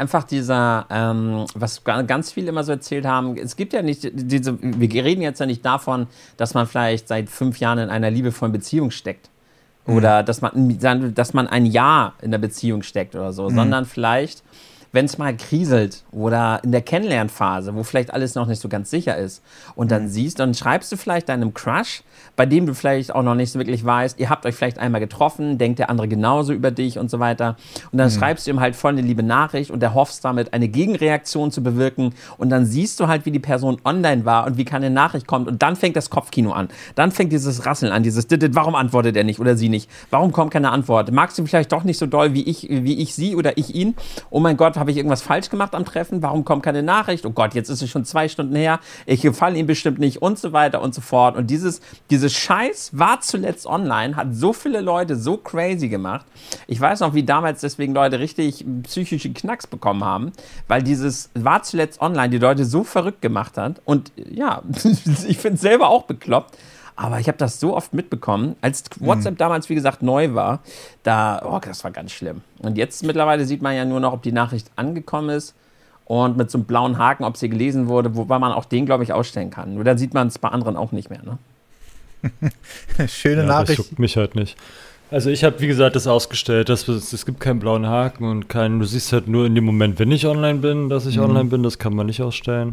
was ganz viele immer so erzählt haben, es gibt ja nicht wir reden jetzt ja nicht davon, dass man vielleicht seit 5 Jahren in einer liebevollen Beziehung steckt. Oder dass man ein Jahr in der Beziehung steckt oder so, sondern vielleicht, wenn es mal kriselt oder in der Kennenlernphase, wo vielleicht alles noch nicht so ganz sicher ist und dann schreibst du vielleicht deinem Crush, bei dem du vielleicht auch noch nicht so wirklich weißt, ihr habt euch vielleicht einmal getroffen, denkt der andere genauso über dich und so weiter und dann schreibst du ihm halt voll eine liebe Nachricht und erhoffst damit eine Gegenreaktion zu bewirken und dann siehst du halt, wie die Person online war und wie keine Nachricht kommt und dann fängt das Kopfkino an, dann fängt dieses Rasseln an, dieses warum antwortet er nicht oder sie nicht, warum kommt keine Antwort, magst du vielleicht doch nicht so doll wie ich sie oder ich ihn, oh mein Gott, habe ich irgendwas falsch gemacht am Treffen, warum kommt keine Nachricht, oh Gott, jetzt ist es schon 2 Stunden her, ich gefalle ihm bestimmt nicht und so weiter und so fort und dieses Scheiß war zuletzt online, hat so viele Leute so crazy gemacht. Ich weiß noch, wie damals deswegen Leute richtig psychische Knacks bekommen haben, weil dieses war zuletzt online die Leute so verrückt gemacht hat und ja, ich finde es selber auch bekloppt, aber ich habe das so oft mitbekommen, als WhatsApp damals, wie gesagt, neu war, das war ganz schlimm. Und jetzt mittlerweile sieht man ja nur noch, ob die Nachricht angekommen ist und mit so einem blauen Haken, ob sie gelesen wurde, wobei man auch den, glaube ich, ausstellen kann. Nur dann sieht man es bei anderen auch nicht mehr, ne? Schöne Nachricht. Das juckt mich halt nicht. Also ich habe, wie gesagt, das ausgestellt, es gibt keinen blauen Haken und du siehst halt nur in dem Moment, wenn ich online bin, dass ich online bin, das kann man nicht ausstellen.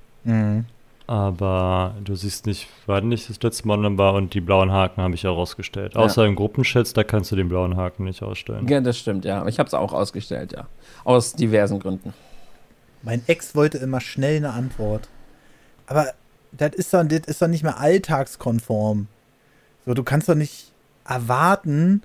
Aber du siehst nicht, wann ich das letzte Mal online war, und die blauen Haken habe ich auch ausgestellt. Außer in Gruppenchats, da kannst du den blauen Haken nicht ausstellen. Ja, das stimmt, ja. Ich habe es auch ausgestellt, ja. Aus diversen Gründen. Mein Ex wollte immer schnell eine Antwort. Aber das ist doch nicht mehr alltagskonform. So, du kannst doch nicht erwarten.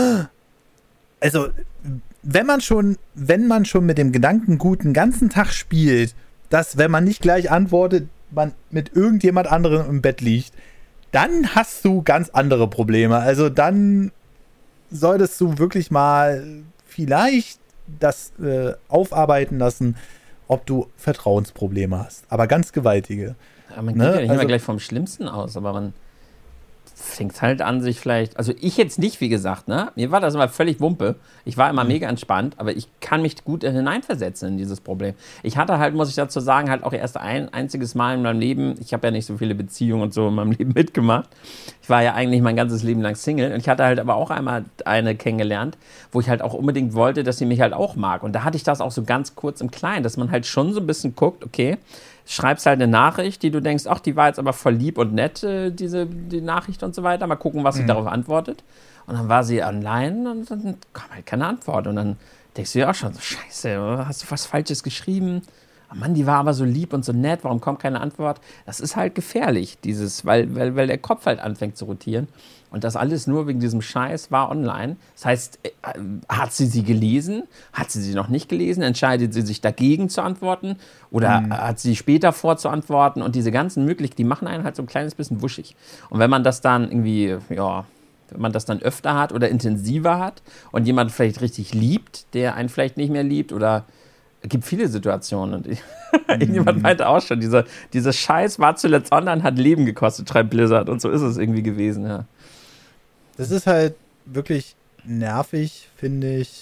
Also, wenn man schon mit dem Gedankengut den ganzen Tag spielt, dass, wenn man nicht gleich antwortet, man mit irgendjemand anderem im Bett liegt, dann hast du ganz andere Probleme. Also dann solltest du wirklich mal vielleicht das aufarbeiten lassen, ob du Vertrauensprobleme hast. Aber ganz gewaltige. Aber man geht ja nicht immer gleich vom Schlimmsten aus, aber man fängt halt an, sich vielleicht, also ich jetzt nicht, wie gesagt, ne? Mir war das immer völlig Wumpe. Ich war immer mega entspannt, aber ich kann mich gut hineinversetzen in dieses Problem. Ich hatte halt, muss ich dazu sagen, halt auch erst ein einziges Mal in meinem Leben, ich habe ja nicht so viele Beziehungen und so in meinem Leben mitgemacht. Ich war ja eigentlich mein ganzes Leben lang Single, und ich hatte halt aber auch einmal eine kennengelernt, wo ich halt auch unbedingt wollte, dass sie mich halt auch mag. Und da hatte ich das auch so ganz kurz im Kleinen, dass man halt schon so ein bisschen guckt, okay, schreibst halt eine Nachricht, die du denkst, ach, die war jetzt aber voll lieb und nett, die Nachricht und so weiter. Mal gucken, was sie darauf antwortet. Und dann war sie online und dann kam halt keine Antwort. Und dann denkst du dir auch schon so, scheiße, hast du was Falsches geschrieben? Oh Mann, die war aber so lieb und so nett, warum kommt keine Antwort? Das ist halt gefährlich, weil der Kopf halt anfängt zu rotieren. Und das alles nur wegen diesem Scheiß war online. Das heißt, hat sie gelesen? Hat sie noch nicht gelesen? Entscheidet sie sich dagegen zu antworten? Oder hat sie später vor zu antworten? Und diese ganzen Möglichkeiten, die machen einen halt so ein kleines bisschen wuschig. Und wenn man das dann irgendwie, ja, wenn man das dann öfter hat oder intensiver hat und jemand vielleicht richtig liebt, der einen vielleicht nicht mehr liebt, oder es gibt viele Situationen. Und irgendjemand meinte auch schon, dieser Scheiß war zuletzt online, hat Leben gekostet, schreibt Blizzard. Und so ist es irgendwie gewesen, ja. Das ist halt wirklich nervig, finde ich,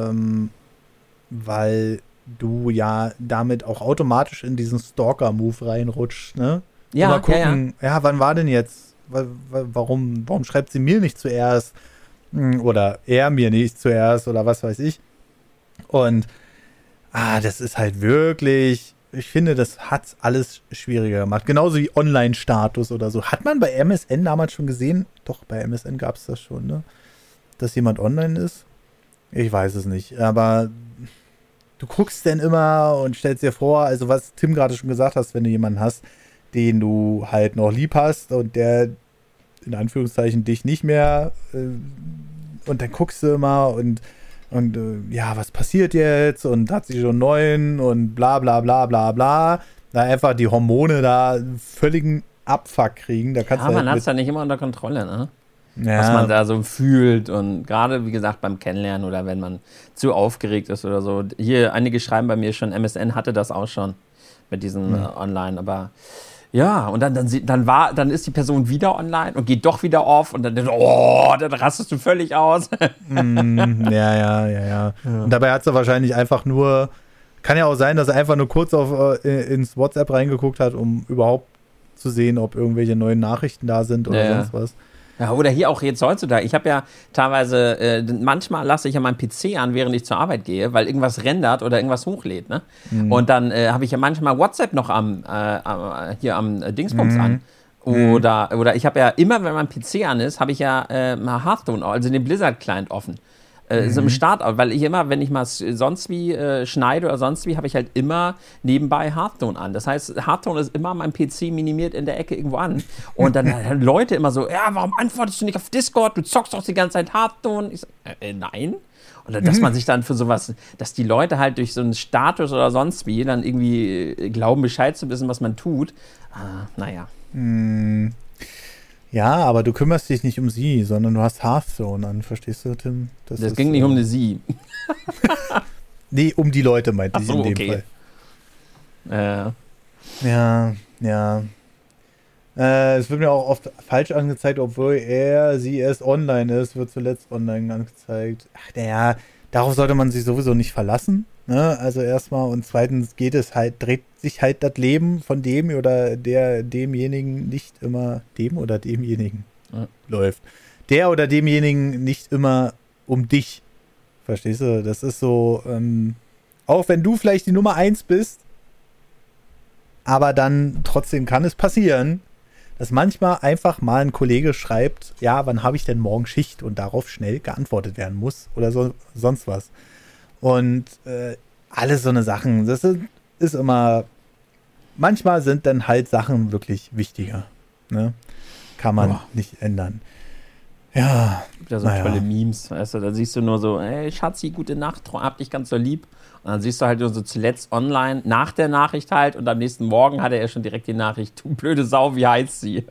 weil du ja damit auch automatisch in diesen Stalker-Move reinrutschst, ne? Ja, mal gucken, ja, wann war denn jetzt? Warum schreibt sie mir nicht zuerst? Oder er mir nicht zuerst oder was weiß ich. Und das ist halt wirklich, ich finde, das hat alles schwieriger gemacht. Genauso wie Online-Status oder so. Hat man bei MSN damals schon gesehen? Doch, bei MSN gab es das schon, ne? Dass jemand online ist? Ich weiß es nicht. Aber du guckst dann immer und stellst dir vor, also was Tim gerade schon gesagt hast, wenn du jemanden hast, den du halt noch lieb hast und der in Anführungszeichen dich nicht mehr und dann guckst du immer und ja, was passiert jetzt? Und hat sie schon einen neuen und bla bla bla bla bla. Da einfach die Hormone da völligen Abfuck kriegen. Da kannst man hat es ja nicht immer unter Kontrolle, ne? Ja. Was man da so fühlt. Und gerade, wie gesagt, beim Kennenlernen oder wenn man zu aufgeregt ist oder so. Hier, einige schreiben bei mir schon, MSN hatte das auch schon mit diesem Online, aber ja, und dann ist die Person wieder online und geht doch wieder off und dann rastest du völlig aus. Ja. Und dabei hat sie wahrscheinlich einfach nur, kann ja auch sein, dass er einfach nur kurz ins WhatsApp reingeguckt hat, um überhaupt zu sehen, ob irgendwelche neuen Nachrichten da sind oder sonst was. Ja, oder hier auch jetzt heutzutage. Ich habe ja teilweise, manchmal lasse ich ja meinen PC an, während ich zur Arbeit gehe, weil irgendwas rendert oder irgendwas hochlädt, ne? Und dann habe ich ja manchmal WhatsApp noch am Dingsbums an. Oder ich habe ja immer, wenn mein PC an ist, habe ich ja Hearthstone, also den Blizzard-Client offen. So im Start, weil ich immer, wenn ich mal sonst wie schneide oder sonst wie, habe ich halt immer nebenbei Hearthstone an. Das heißt, Hearthstone ist immer mein PC minimiert in der Ecke irgendwo an. Und dann Leute immer so, ja, warum antwortest du nicht auf Discord? Du zockst doch die ganze Zeit Hearthstone. Ich so, nein. Oder dass man sich dann für sowas, dass die Leute halt durch so einen Status oder sonst wie dann irgendwie glauben, Bescheid zu wissen, was man tut. Naja. Ja, aber du kümmerst dich nicht um sie, sondern du hast Hearthstone an, verstehst du, Tim? Das ging nicht um eine sie. Nee, um die Leute meinte ich in dem Fall. Ja. Es wird mir auch oft falsch angezeigt, obwohl sie erst online ist, wird zuletzt online angezeigt. Ach, naja, darauf sollte man sich sowieso nicht verlassen. Ne? Also erstmal und zweitens dreht sich halt das Leben von dem oder demjenigen nicht immer, dem oder demjenigen läuft. Der oder demjenigen nicht immer um dich. Verstehst du? Das ist so, auch wenn du vielleicht die Nummer 1 bist, aber dann trotzdem kann es passieren, dass manchmal einfach mal ein Kollege schreibt, ja, wann habe ich denn morgen Schicht und darauf schnell geantwortet werden muss oder sonst was. Und alles so eine Sachen, das ist immer, manchmal sind dann halt Sachen wirklich wichtiger. Ne? Kann man nicht ändern. Ja. Es gibt ja so tolle Memes, weißt du, da siehst du nur so, hey Schatzi, gute Nacht, hab dich ganz so lieb. Und dann siehst du halt nur so zuletzt online, nach der Nachricht halt, und am nächsten Morgen hatte er schon direkt die Nachricht, du blöde Sau, wie heißt sie?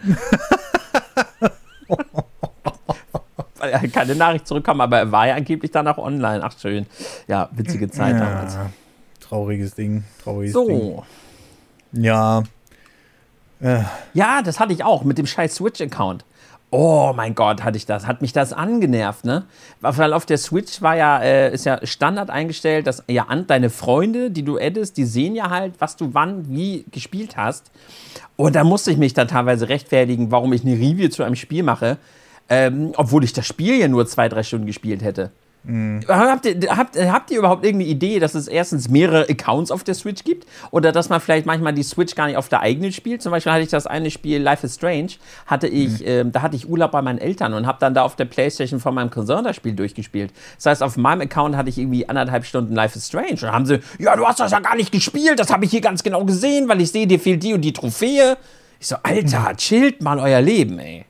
Weil er keine Nachricht zurückkam, aber er war ja angeblich dann auch online. Ach schön. Ja, witzige Zeit damals. Trauriges Ding. So. Ja. Ja, das hatte ich auch mit dem scheiß Switch-Account. Oh mein Gott, hat mich das angenervt, ne? Weil auf der Switch ist ja Standard eingestellt, dass ja deine Freunde, die du addest, die sehen ja halt, was du wann, wie gespielt hast. Und da musste ich mich dann teilweise rechtfertigen, warum ich eine Review zu einem Spiel mache, obwohl ich das Spiel ja nur 2-3 Stunden gespielt hätte. Mhm. Habt ihr überhaupt irgendeine Idee, dass es erstens mehrere Accounts auf der Switch gibt oder dass man vielleicht manchmal die Switch gar nicht auf der eigenen spielt? Zum Beispiel hatte ich das eine Spiel Life is Strange, da hatte ich Urlaub bei meinen Eltern und habe dann da auf der Playstation von meinem Cousin das Spiel durchgespielt. Das heißt, auf meinem Account hatte ich irgendwie 1,5 Stunden Life is Strange und dann haben sie, ja, du hast das ja gar nicht gespielt, das habe ich hier ganz genau gesehen, weil ich sehe, dir fehlt die und die Trophäe. Ich so, Alter, chillt mal euer Leben, ey.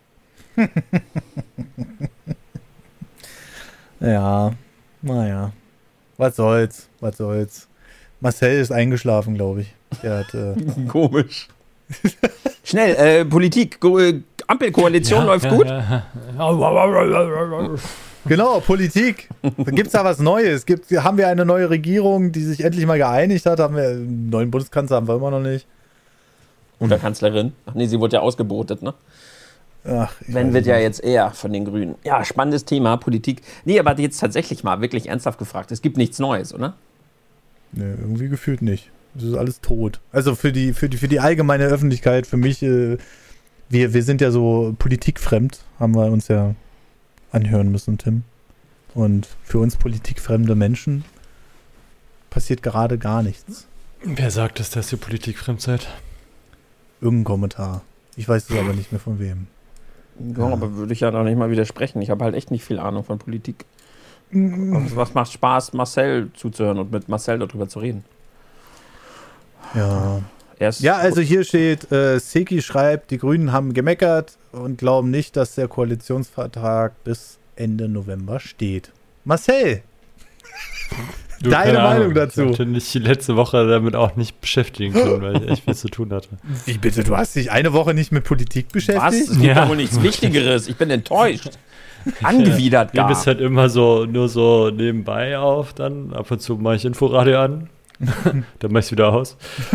Ja, naja. Was soll's. Marcel ist eingeschlafen, glaube ich. Der hat, Komisch. Schnell, Politik, Ampelkoalition läuft gut. Genau, Politik. Gibt's da was Neues? Haben wir eine neue Regierung, die sich endlich mal geeinigt hat? Haben wir einen neuen Bundeskanzler, haben wir immer noch nicht. Oder Kanzlerin. Ach nee, sie wurde ja ausgebotet, ne? Ach, Wenn wird ja jetzt eher von den Grünen. Ja, spannendes Thema, Politik. Nee, aber jetzt tatsächlich mal wirklich ernsthaft gefragt. Es gibt nichts Neues, oder? Nee, irgendwie gefühlt nicht. Es ist alles tot. Also für die allgemeine Öffentlichkeit, für mich, wir sind ja so politikfremd, haben wir uns ja anhören müssen, Tim. Und für uns politikfremde Menschen passiert gerade gar nichts. Wer sagt es, dass ihr politikfremd seid? Irgendein Kommentar. Ich weiß es aber nicht mehr von wem. Ja, aber würde ich ja noch nicht mal widersprechen. Ich habe halt echt nicht viel Ahnung von Politik. Und was macht Spaß, Marcel zuzuhören und mit Marcel darüber zu reden? Ja. Also hier steht, Seki schreibt, die Grünen haben gemeckert und glauben nicht, dass der Koalitionsvertrag bis Ende November steht. Marcel! Deine Meinung dazu? Ich hatte mich die letzte Woche damit auch nicht beschäftigen können, weil ich echt viel zu tun hatte. Wie bitte? Du hast dich eine Woche nicht mit Politik beschäftigt? Was? Es gibt doch wohl nichts Wichtigeres. Ich bin enttäuscht. Angewidert gar. Ich nehme es halt immer nur so nebenbei auf dann. Ab und zu mache ich Inforadio an. Dann mache ich es wieder aus.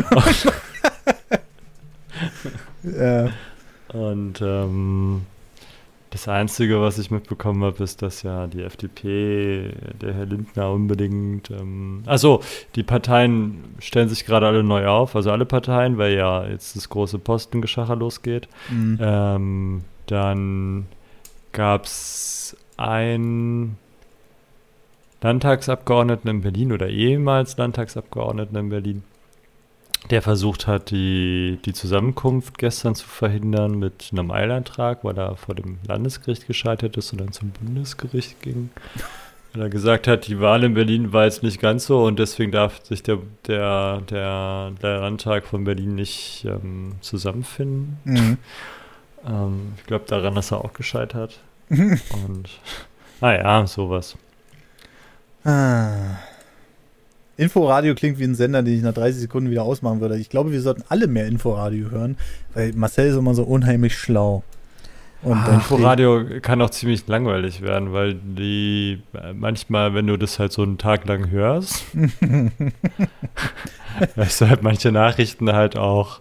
Ja. Und das Einzige, was ich mitbekommen habe, ist, dass ja die FDP, der Herr Lindner unbedingt, die Parteien stellen sich gerade alle neu auf, also alle Parteien, weil ja jetzt das große Postengeschacher losgeht. Mhm. Dann gab es einen Landtagsabgeordneten in Berlin oder ehemals Landtagsabgeordneten in Berlin, der versucht hat, die Zusammenkunft gestern zu verhindern mit einem Eilantrag, weil er vor dem Landesgericht gescheitert ist und dann zum Bundesgericht ging. Weil er gesagt hat, die Wahl in Berlin war jetzt nicht ganz so und deswegen darf sich der Landtag von Berlin nicht zusammenfinden. Mhm. Ich glaube, daran ist er auch gescheitert. Und sowas. Inforadio klingt wie ein Sender, den ich nach 30 Sekunden wieder ausmachen würde. Ich glaube, wir sollten alle mehr Inforadio hören, weil Marcel ist immer so unheimlich schlau. Und Inforadio kann auch ziemlich langweilig werden, weil die manchmal, wenn du das halt so einen Tag lang hörst, weißt du halt manche Nachrichten halt auch,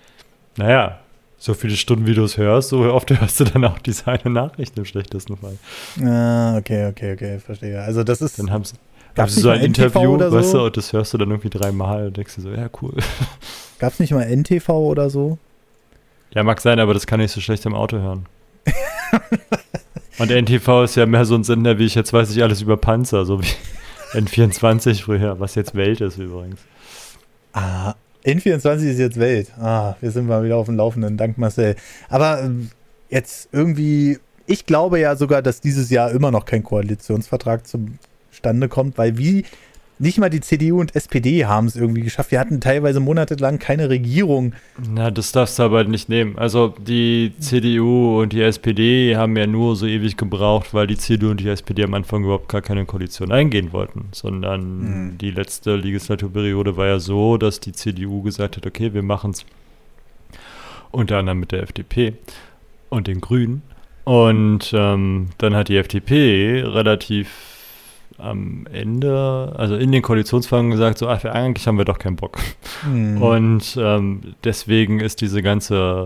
so viele Stunden, wie du es hörst, so oft hörst du dann auch diese eine Nachricht im schlechtesten Fall. Okay, verstehe. Also das ist... Dann haben sie Gab's so ein nicht mal NTV Interview, oder so? weißt du, und das hörst du dann irgendwie 3-mal und denkst du so, ja, cool. Gab es nicht mal NTV oder so? Ja, mag sein, aber das kann ich so schlecht im Auto hören. Und NTV ist ja mehr so ein Sender, wie ich jetzt weiß ich alles über Panzer, so wie N24 früher, was jetzt Welt ist übrigens. Ah, N24 ist jetzt Welt. Wir sind mal wieder auf dem Laufenden, dank Marcel. Aber jetzt irgendwie, ich glaube ja sogar, dass dieses Jahr immer noch kein Koalitionsvertrag zustande kommt, weil nicht mal die CDU und SPD haben es irgendwie geschafft. Wir hatten teilweise monatelang keine Regierung. Na, das darfst du aber nicht nehmen. Also die CDU und die SPD haben ja nur so ewig gebraucht, weil die CDU und die SPD am Anfang überhaupt gar keine Koalition eingehen wollten, sondern die letzte Legislaturperiode war ja so, dass die CDU gesagt hat, okay, wir machen es unter anderem mit der FDP und den Grünen. Und dann hat die FDP relativ am Ende, also in den Koalitionsverhandlungen gesagt, so, eigentlich haben wir doch keinen Bock. Und deswegen ist diese ganze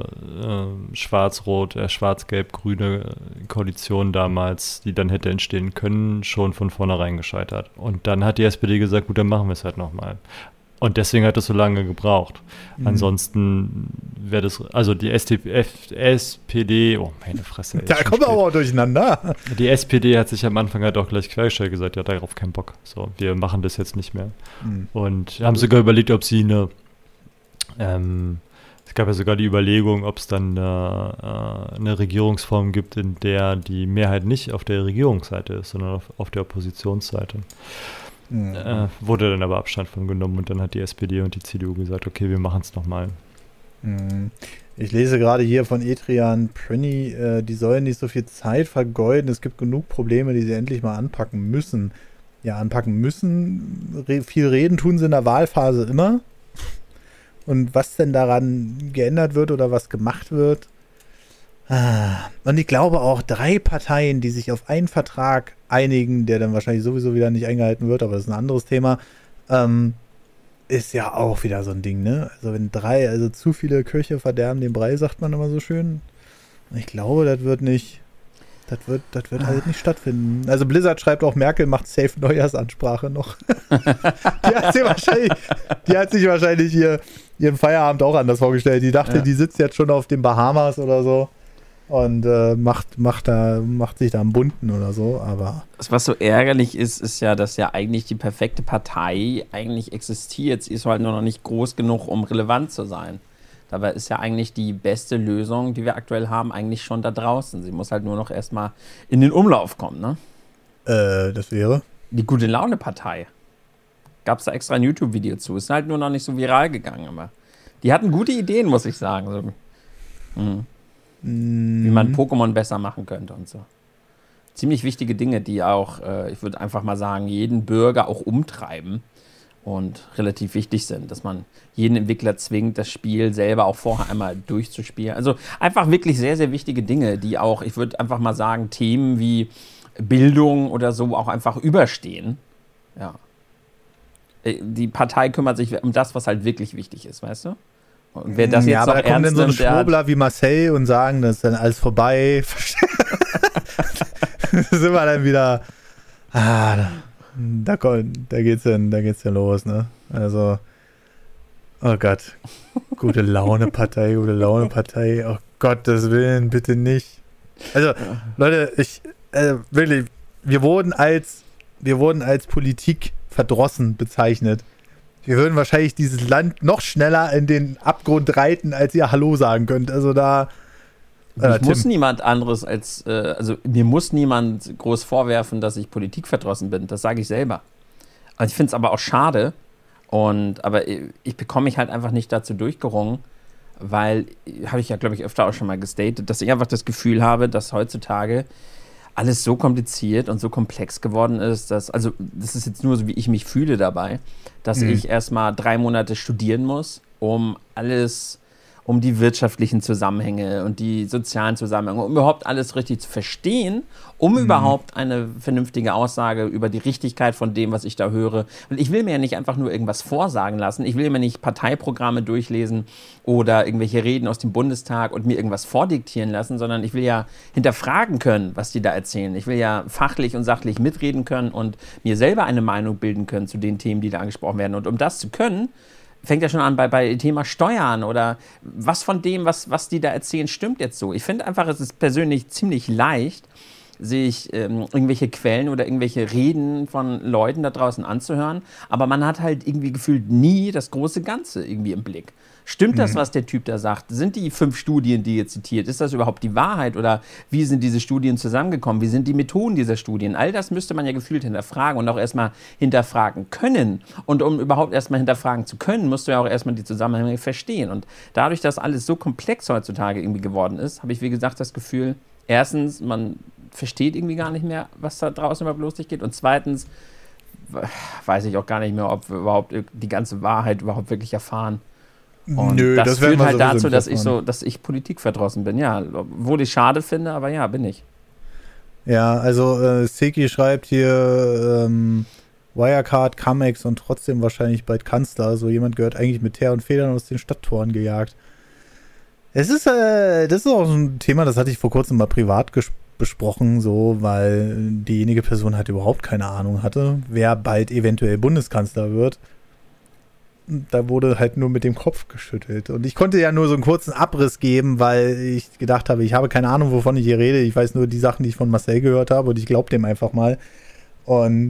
schwarz-gelb-grüne Koalition damals, die dann hätte entstehen können, schon von vornherein gescheitert. Und dann hat die SPD gesagt, gut, dann machen wir es halt nochmal. Und deswegen hat es so lange gebraucht. Ansonsten wäre das, also die SPD, oh meine Fresse. Da kommen wir aber auch durcheinander. Die SPD hat sich am Anfang halt auch gleich quergestellt gesagt, ja, darauf keinen Bock. So, wir machen das jetzt nicht mehr. Und haben sogar überlegt, ob sie es gab ja sogar die Überlegung, ob es dann eine Regierungsform gibt, in der die Mehrheit nicht auf der Regierungsseite ist, sondern auf der Oppositionsseite. Wurde dann aber Abstand von genommen und dann hat die SPD und die CDU gesagt, okay, wir machen es nochmal. Ich lese gerade hier von Adrian Prenny, die sollen nicht so viel Zeit vergeuden, es gibt genug Probleme, die sie endlich mal anpacken müssen. Ja, anpacken müssen, viel reden tun sie in der Wahlphase immer. Und was denn daran geändert wird oder was gemacht wird. Und ich glaube auch 3 Parteien, die sich auf einen Vertrag einigen, der dann wahrscheinlich sowieso wieder nicht eingehalten wird, aber das ist ein anderes Thema, ist ja auch wieder so ein Ding, ne? Also wenn zu viele Köche verderben den Brei, sagt man immer so schön. Ich glaube, das wird halt nicht stattfinden. Also Blizzard schreibt auch, Merkel macht safe Neujahrsansprache noch. Die hat sich wahrscheinlich ihren Feierabend auch anders vorgestellt. Die dachte, die sitzt jetzt schon auf den Bahamas oder so. Und macht sich da am Bunten oder so, aber... Was so ärgerlich ist ja, dass ja eigentlich die perfekte Partei eigentlich existiert. Sie ist halt nur noch nicht groß genug, um relevant zu sein. Dabei ist ja eigentlich die beste Lösung, die wir aktuell haben, eigentlich schon da draußen. Sie muss halt nur noch erstmal in den Umlauf kommen, ne? Das wäre? Die Gute-Laune-Partei. Gab es da extra ein YouTube-Video zu. Ist halt nur noch nicht so viral gegangen, aber die hatten gute Ideen, muss ich sagen. So. Wie man Pokémon besser machen könnte und so. Ziemlich wichtige Dinge, die auch, ich würde einfach mal sagen, jeden Bürger auch umtreiben und relativ wichtig sind, dass man jeden Entwickler zwingt, das Spiel selber auch vorher einmal durchzuspielen. Also einfach wirklich sehr, sehr wichtige Dinge, die auch, ich würde einfach mal sagen, Themen wie Bildung oder so auch einfach überstehen. Ja. Die Partei kümmert sich um das, was halt wirklich wichtig ist, weißt du? Und wer das jetzt aber noch da kommen dann so eine nimmt, Schwurbler wie Marcel und sagen, das ist dann alles vorbei. Sind wir dann wieder. Da geht's dann los, ne? Also, oh Gott. Gute Laune-Partei. Oh Gottes Willen, bitte nicht. Also, Leute, wirklich, wir wurden als Politik verdrossen bezeichnet. Wir würden wahrscheinlich dieses Land noch schneller in den Abgrund reiten, als ihr Hallo sagen könnt. Also da. Muss niemand anderes mir muss niemand groß vorwerfen, dass ich politikverdrossen bin. Das sage ich selber. Also ich finde es aber auch schade. Aber ich bekomme mich halt einfach nicht dazu durchgerungen, weil, habe ich ja, glaube ich, öfter auch schon mal gestatet, dass ich einfach das Gefühl habe, dass heutzutage alles so kompliziert und so komplex geworden ist, das ist jetzt nur so, wie ich mich fühle dabei, dass ich erstmal 3 Monate studieren muss, um um die wirtschaftlichen Zusammenhänge und die sozialen Zusammenhänge, um überhaupt alles richtig zu verstehen, um überhaupt eine vernünftige Aussage über die Richtigkeit von dem, was ich da höre. Und ich will mir ja nicht einfach nur irgendwas vorsagen lassen. Ich will mir nicht Parteiprogramme durchlesen oder irgendwelche Reden aus dem Bundestag und mir irgendwas vordiktieren lassen, sondern ich will ja hinterfragen können, was die da erzählen. Ich will ja fachlich und sachlich mitreden können und mir selber eine Meinung bilden können zu den Themen, die da angesprochen werden. Und um das zu können, fängt ja schon an bei Thema Steuern oder was von dem, was die da erzählen, stimmt jetzt so. Ich finde einfach, es ist persönlich ziemlich leicht, sich irgendwelche Quellen oder irgendwelche Reden von Leuten da draußen anzuhören, aber man hat halt irgendwie gefühlt nie das große Ganze irgendwie im Blick. Stimmt das, was der Typ da sagt? Sind die 5 Studien, die ihr zitiert, ist das überhaupt die Wahrheit oder wie sind diese Studien zusammengekommen? Wie sind die Methoden dieser Studien? All das müsste man ja gefühlt hinterfragen und auch erstmal hinterfragen können. Und um überhaupt erstmal hinterfragen zu können, musst du ja auch erstmal die Zusammenhänge verstehen. Und dadurch, dass alles so komplex heutzutage irgendwie geworden ist, habe ich, wie gesagt, das Gefühl, erstens, man versteht irgendwie gar nicht mehr, was da draußen überhaupt los geht. Und zweitens, weiß ich auch gar nicht mehr, ob wir überhaupt die ganze Wahrheit überhaupt wirklich erfahren. Und Nö, das führt halt dazu, dass dass ich politikverdrossen bin. Ja, obwohl ich schade finde, aber ja, bin ich. Ja, also Seki schreibt hier Wirecard, Camex und trotzdem wahrscheinlich bald Kanzler. So jemand gehört eigentlich mit Teer und Federn aus den Stadttoren gejagt. Das ist auch so ein Thema, das hatte ich vor kurzem mal privat besprochen, so, weil diejenige Person halt überhaupt keine Ahnung hatte, wer bald eventuell Bundeskanzler wird. Da wurde halt nur mit dem Kopf geschüttelt. Und ich konnte ja nur so einen kurzen Abriss geben, weil ich gedacht habe, ich habe keine Ahnung, wovon ich hier rede. Ich weiß nur die Sachen, die ich von Marcel gehört habe und ich glaube dem einfach mal. Und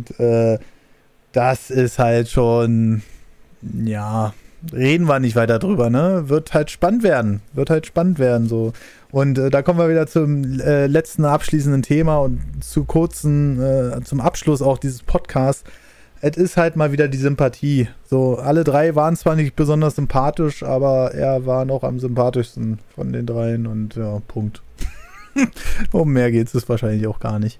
das ist halt schon, ja, reden wir nicht weiter drüber, ne? Wird halt spannend werden. So. Und da kommen wir wieder zum letzten abschließenden Thema und zum Abschluss auch dieses Podcasts. Es ist halt mal wieder die Sympathie. So, alle 3 waren zwar nicht besonders sympathisch, aber er war noch am sympathischsten von den 3 und ja, Punkt. Um mehr geht es wahrscheinlich auch gar nicht.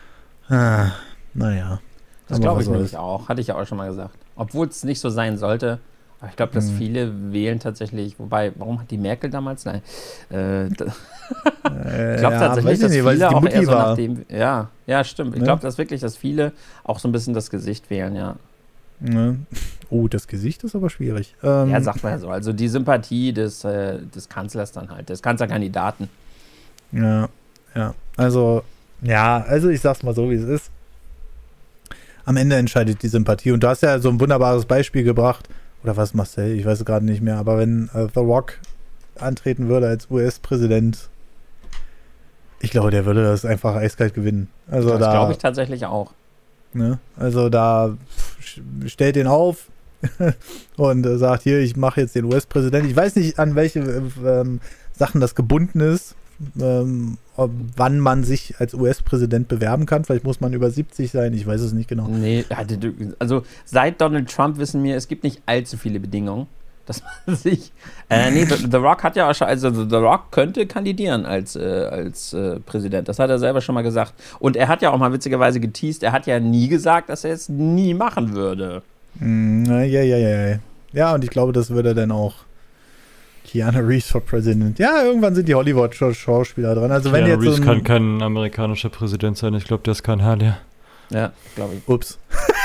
Naja. Das glaube ich nämlich auch. Hatte ich ja auch schon mal gesagt. Obwohl es nicht so sein sollte. Aber ich glaube, dass viele wählen tatsächlich, wobei, warum hat die Merkel damals? Nein. Ich glaube tatsächlich, dass viele auch eher so nach dem. Ja, stimmt. Ich glaube, dass viele auch so ein bisschen das Gesicht wählen, ja. Ne? Oh, das Gesicht ist aber schwierig. Ja, sagt man ja so. Also die Sympathie des Kanzlers dann halt, des Kanzlerkandidaten. Ja. Also ich sag's mal so, wie es ist. Am Ende entscheidet die Sympathie. Und du hast ja so ein wunderbares Beispiel gebracht. Oder was, Marcel? Ich weiß es gerade nicht mehr. Aber wenn The Rock antreten würde als US-Präsident, ich glaube, der würde das einfach eiskalt gewinnen. Also das glaube ich tatsächlich auch. Ne? Also da stellt den auf und sagt, hier, ich mache jetzt den US-Präsidenten. Ich weiß nicht, an welche Sachen das gebunden ist, wann man sich als US-Präsident bewerben kann. Vielleicht muss man über 70 sein, ich weiß es nicht genau. Nee, also seit Donald Trump wissen wir, es gibt nicht allzu viele Bedingungen, dass man sich... The Rock hat ja auch schon, also The Rock könnte kandidieren als Präsident, das hat er selber schon mal gesagt. Und er hat ja auch mal witzigerweise geteased, er hat ja nie gesagt, dass er es nie machen würde. Ja, und ich glaube, das würde dann auch Keanu Reeves for President. Ja, irgendwann sind die Hollywood-Schauspieler dran. Also Keanu wenn jetzt Reeves kann kein amerikanischer Präsident sein. Ich glaube, der ist kein Harley. Ja, glaube ich. Ups.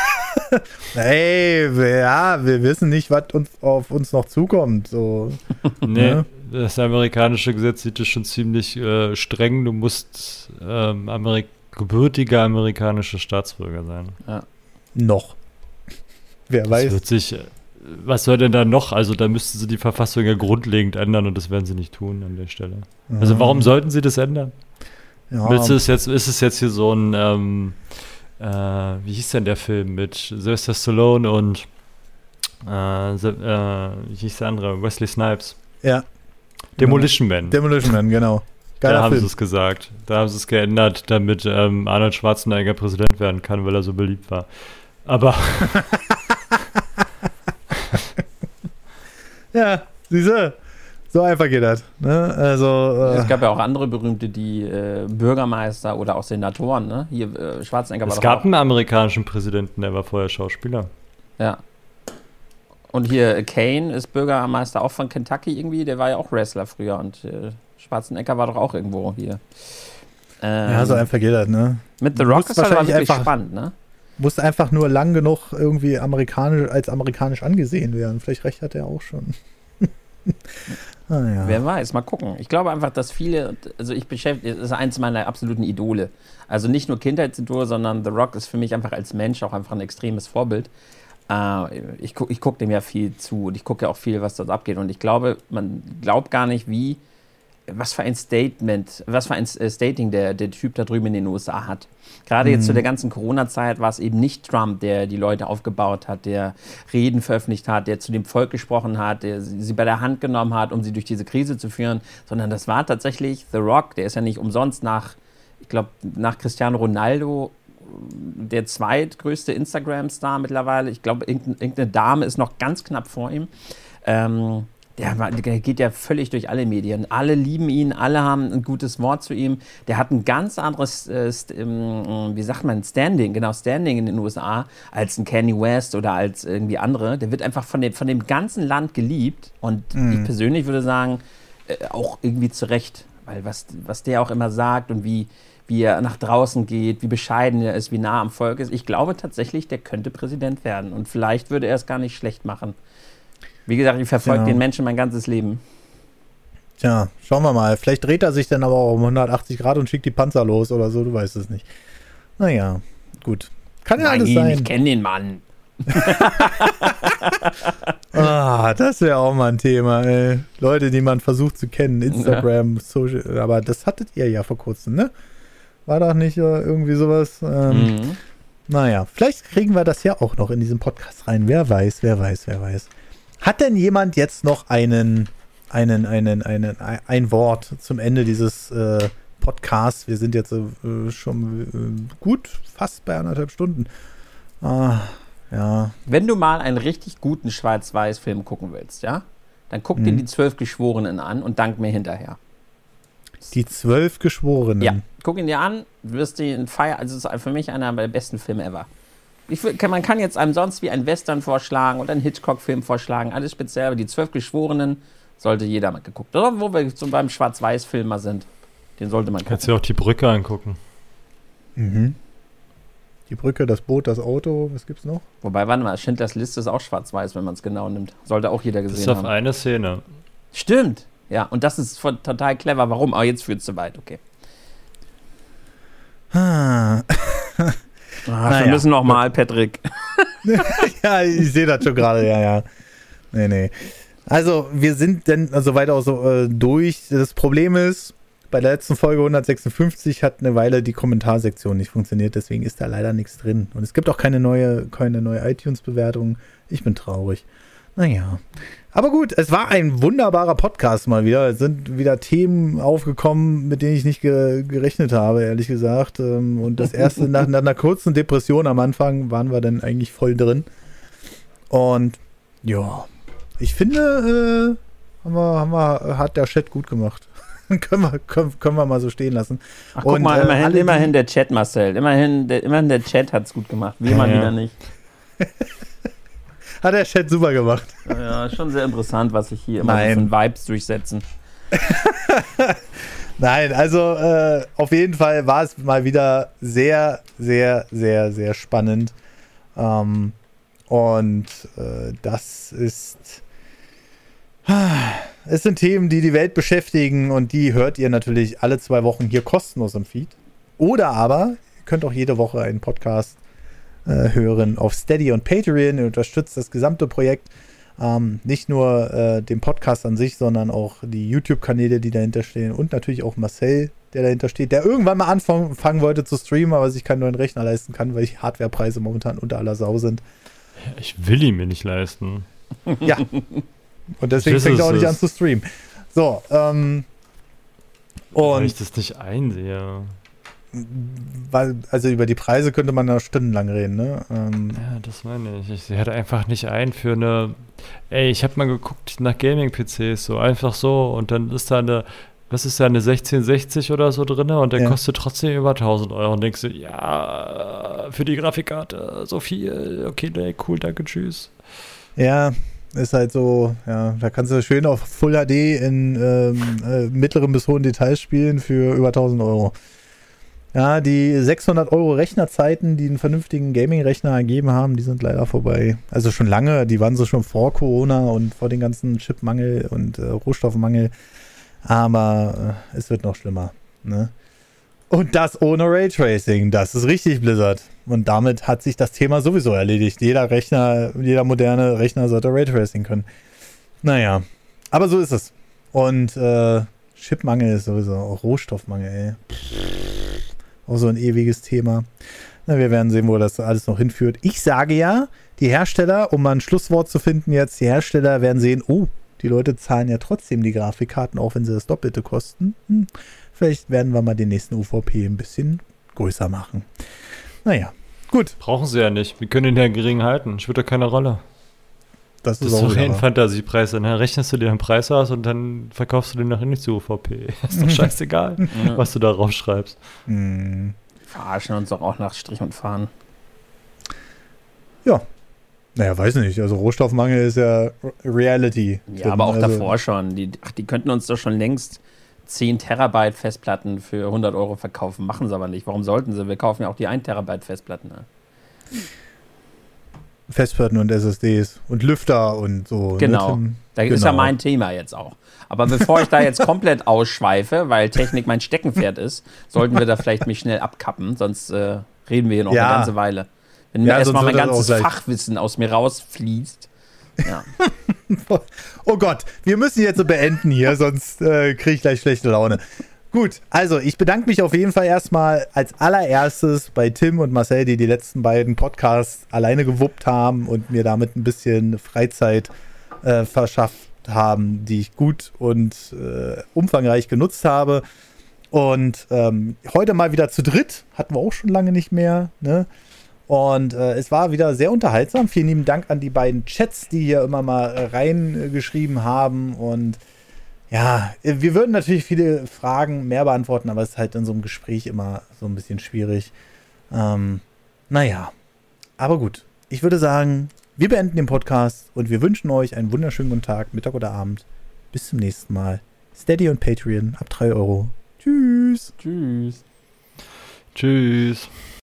Hey, ja, wir wissen nicht, was auf uns noch zukommt. So. Nee, das amerikanische Gesetz sieht es schon ziemlich streng. Du musst gebürtiger amerikanischer Staatsbürger sein. Ja. Noch. Wer weiß. Was soll denn da noch? Also da müssten sie die Verfassung ja grundlegend ändern und das werden sie nicht tun an der Stelle. Also warum sollten sie das ändern? Ja. Ist es jetzt hier so ein, wie hieß denn der Film mit Sylvester Stallone und wie hieß der andere? Wesley Snipes. Ja. Demolition Man. Demolition Man, genau. Geiler da haben sie es gesagt. Da haben sie es geändert, damit Arnold Schwarzenegger Präsident werden kann, weil er so beliebt war. Aber ja, siehste, so einfach geht das. Ne? Also, es gab ja auch andere berühmte, die Bürgermeister oder auch Senatoren. Ne? Hier Schwarzenegger war es gab einen amerikanischen Präsidenten, der war vorher Schauspieler. Ja. Und hier Kane ist Bürgermeister auch von Kentucky irgendwie, der war ja auch Wrestler früher und Schwarzenegger war doch auch irgendwo hier. Ja, so einfach geht das, ne? Mit The Rock ist das aber wirklich spannend, ne? Muss einfach nur lang genug irgendwie als amerikanisch angesehen werden. Vielleicht recht hat er auch schon. Ja. Wer weiß, mal gucken. Ich glaube einfach, dass viele, also das ist eins meiner absoluten Idole. Also nicht nur Kindheitsidole, sondern The Rock ist für mich einfach als Mensch auch einfach ein extremes Vorbild. Ich guck dem ja viel zu und ich gucke ja auch viel, was dort abgeht. Und ich glaube, man glaubt gar nicht, was für ein Stating der Typ da drüben in den USA hat. Gerade jetzt zu der ganzen Corona-Zeit war es eben nicht Trump, der die Leute aufgebaut hat, der Reden veröffentlicht hat, der zu dem Volk gesprochen hat, der sie bei der Hand genommen hat, um sie durch diese Krise zu führen, sondern das war tatsächlich The Rock. Der ist ja nicht umsonst nach Cristiano Ronaldo der zweitgrößte Instagram-Star mittlerweile. Ich glaube, irgendeine Dame ist noch ganz knapp vor ihm. Der geht ja völlig durch alle Medien. Alle lieben ihn, alle haben ein gutes Wort zu ihm. Der hat ein ganz anderes, Standing in den USA als ein Kanye West oder als irgendwie andere. Der wird einfach von dem ganzen Land geliebt. Und ich persönlich würde sagen, auch irgendwie zu Recht. Weil was der auch immer sagt und wie er nach draußen geht, wie bescheiden er ist, wie nah am Volk ist. Ich glaube tatsächlich, der könnte Präsident werden. Und vielleicht würde er es gar nicht schlecht machen. Wie gesagt, ich verfolge den Menschen mein ganzes Leben. Tja, schauen wir mal. Vielleicht dreht er sich dann aber auch um 180 Grad und schickt die Panzer los oder so, du weißt es nicht. Naja, gut. Kann ja alles sein. Ich kenne den Mann. Das wäre auch mal ein Thema, ey. Leute, die man versucht zu kennen, Instagram, Social, aber das hattet ihr ja vor kurzem, ne? War doch nicht irgendwie sowas? Naja, vielleicht kriegen wir das ja auch noch in diesen Podcast rein. Wer weiß. Hat denn jemand jetzt noch ein Wort zum Ende dieses Podcasts? Wir sind jetzt schon gut fast bei 1,5 Stunden. Ja. Wenn du mal einen richtig guten Schwarz-Weiß-Film gucken willst, ja, dann guck dir die 12 Geschworenen an und dank mir hinterher. Die 12 Geschworenen? Ja, guck ihn dir an, wirst den feiern. Also es ist für mich einer der besten Filme ever. Man kann jetzt einem sonst wie einen Western vorschlagen oder einen Hitchcock-Film vorschlagen, alles speziell, aber die 12 Geschworenen sollte jeder mal geguckt. Oder wo wir so beim Schwarz-Weiß-Film mal sind, den sollte man gucken. Kannst du auch die Brücke angucken. Mhm. Die Brücke, das Boot, das Auto, was gibt's noch? Wobei, warte mal, Schindlers Liste ist auch schwarz-weiß, wenn man es genau nimmt. Sollte auch jeder gesehen haben. Das ist auf eine Szene. Stimmt, ja, und das ist total clever. Warum? Aber jetzt führt es zu weit, okay. Wir müssen noch mal, Patrick. Ja, ich sehe das schon gerade, ja. Nee. Also, wir sind dann soweit auch so durch. Das Problem ist, bei der letzten Folge 156 hat eine Weile die Kommentarsektion nicht funktioniert, deswegen ist da leider nichts drin. Und es gibt auch keine neue iTunes-Bewertung. Ich bin traurig. Naja. Aber gut, es war ein wunderbarer Podcast mal wieder. Es sind wieder Themen aufgekommen, mit denen ich nicht gerechnet habe, ehrlich gesagt. Und das erste, nach einer kurzen Depression am Anfang, waren wir dann eigentlich voll drin. Und ja, ich finde, hat der Chat gut gemacht. können wir mal so stehen lassen. Ach, guck mal, immerhin der Chat, Marcel. Immerhin der Chat hat es gut gemacht. Wir mal wieder nicht. Hat der Chat super gemacht. Ja, schon sehr interessant, was sich hier immer so von Vibes durchsetzen. Nein, also auf jeden Fall war es mal wieder sehr, sehr, sehr, sehr spannend. Das ist... Es sind Themen, die die Welt beschäftigen und die hört ihr natürlich alle 2 Wochen hier kostenlos im Feed. Oder aber, ihr könnt auch jede Woche einen Podcast hören auf Steady und Patreon. Ihr unterstützt das gesamte Projekt. Nicht nur den Podcast an sich, sondern auch die YouTube-Kanäle, die dahinter stehen und natürlich auch Marcel, der dahinter steht, der irgendwann mal anfangen wollte zu streamen, aber sich keinen neuen Rechner leisten kann, weil die Hardwarepreise momentan unter aller Sau sind. Ich will ihn mir nicht leisten. Ja. Und deswegen fängt er auch nicht an zu streamen. So, weil ich das nicht einsehe. Also über die Preise könnte man da stundenlang reden, ne? Ja, das meine ich. Ich sehe halt einfach nicht ein für eine... ich habe mal geguckt nach Gaming-PCs, so einfach so, und dann ist da eine 1660 oder so drin und der kostet trotzdem über 1000 Euro und denkst du, ja, für die Grafikkarte so viel, okay, cool, danke, tschüss. Ja, Ist halt so, ja, da kannst du schön auf Full HD in mittleren bis hohen Details spielen für über 1000 Euro. Ja, die 600 Euro Rechnerzeiten, die einen vernünftigen Gaming-Rechner ergeben haben, die sind leider vorbei. Also schon lange, die waren so schon vor Corona und vor den ganzen Chipmangel und Rohstoffmangel. Aber es wird noch schlimmer. Ne? Und das ohne Raytracing, das ist richtig Blizzard. Und damit hat sich das Thema sowieso erledigt. Jeder moderne Rechner sollte Raytracing können. Naja, aber so ist es. Und Chipmangel ist sowieso auch Rohstoffmangel, ey. Auch so ein ewiges Thema. Na, wir werden sehen, wo das alles noch hinführt. Ich sage ja, die Hersteller, um mal ein Schlusswort zu finden jetzt, die Hersteller werden sehen, oh, die Leute zahlen ja trotzdem die Grafikkarten, auch wenn sie das Doppelte kosten. Vielleicht werden wir mal den nächsten UVP ein bisschen größer machen. Naja, gut. Brauchen sie ja nicht. Wir können ihn ja gering halten. Spielt doch keine Rolle. Das ist doch auch ein Fantasiepreis. Dann rechnest du dir einen Preis aus und dann verkaufst du den nachher nicht zu UVP. Ist doch scheißegal, was du da raufschreibst. Verarschen uns doch auch nach Strich und Faden. Ja. Naja, weiß nicht. Also Rohstoffmangel ist ja Reality. Ja, aber auch davor schon. Die könnten uns doch schon längst 10 Terabyte Festplatten für 100 Euro verkaufen. Machen sie aber nicht. Warum sollten sie? Wir kaufen ja auch die 1 Terabyte Festplatten. Ne? Festplatten und SSDs und Lüfter und so. Genau. Ne, da ist ja mein Thema jetzt auch. Aber bevor ich da jetzt komplett ausschweife, weil Technik mein Steckenpferd ist, sollten wir da vielleicht mich schnell abkappen, sonst reden wir hier noch eine ganze Weile. Wenn mir erstmal mein ganzes Fachwissen aus mir rausfließt. Ja. Oh Gott, wir müssen jetzt so beenden hier, sonst kriege ich gleich schlechte Laune. Gut, also ich bedanke mich auf jeden Fall erstmal als allererstes bei Tim und Marcel, die letzten beiden Podcasts alleine gewuppt haben und mir damit ein bisschen Freizeit verschafft haben, die ich gut und umfangreich genutzt habe. Und heute mal wieder zu dritt, hatten wir auch schon lange nicht mehr, ne? Und es war wieder sehr unterhaltsam. Vielen lieben Dank an die beiden Chats, die hier immer mal reingeschrieben haben. Und ja, wir würden natürlich viele Fragen mehr beantworten, aber es ist halt in so einem Gespräch immer so ein bisschen schwierig. Naja, aber gut. Ich würde sagen, wir beenden den Podcast und wir wünschen euch einen wunderschönen guten Tag, Mittag oder Abend. Bis zum nächsten Mal. Steady und Patreon ab 3 Euro. Tschüss. Tschüss. Tschüss.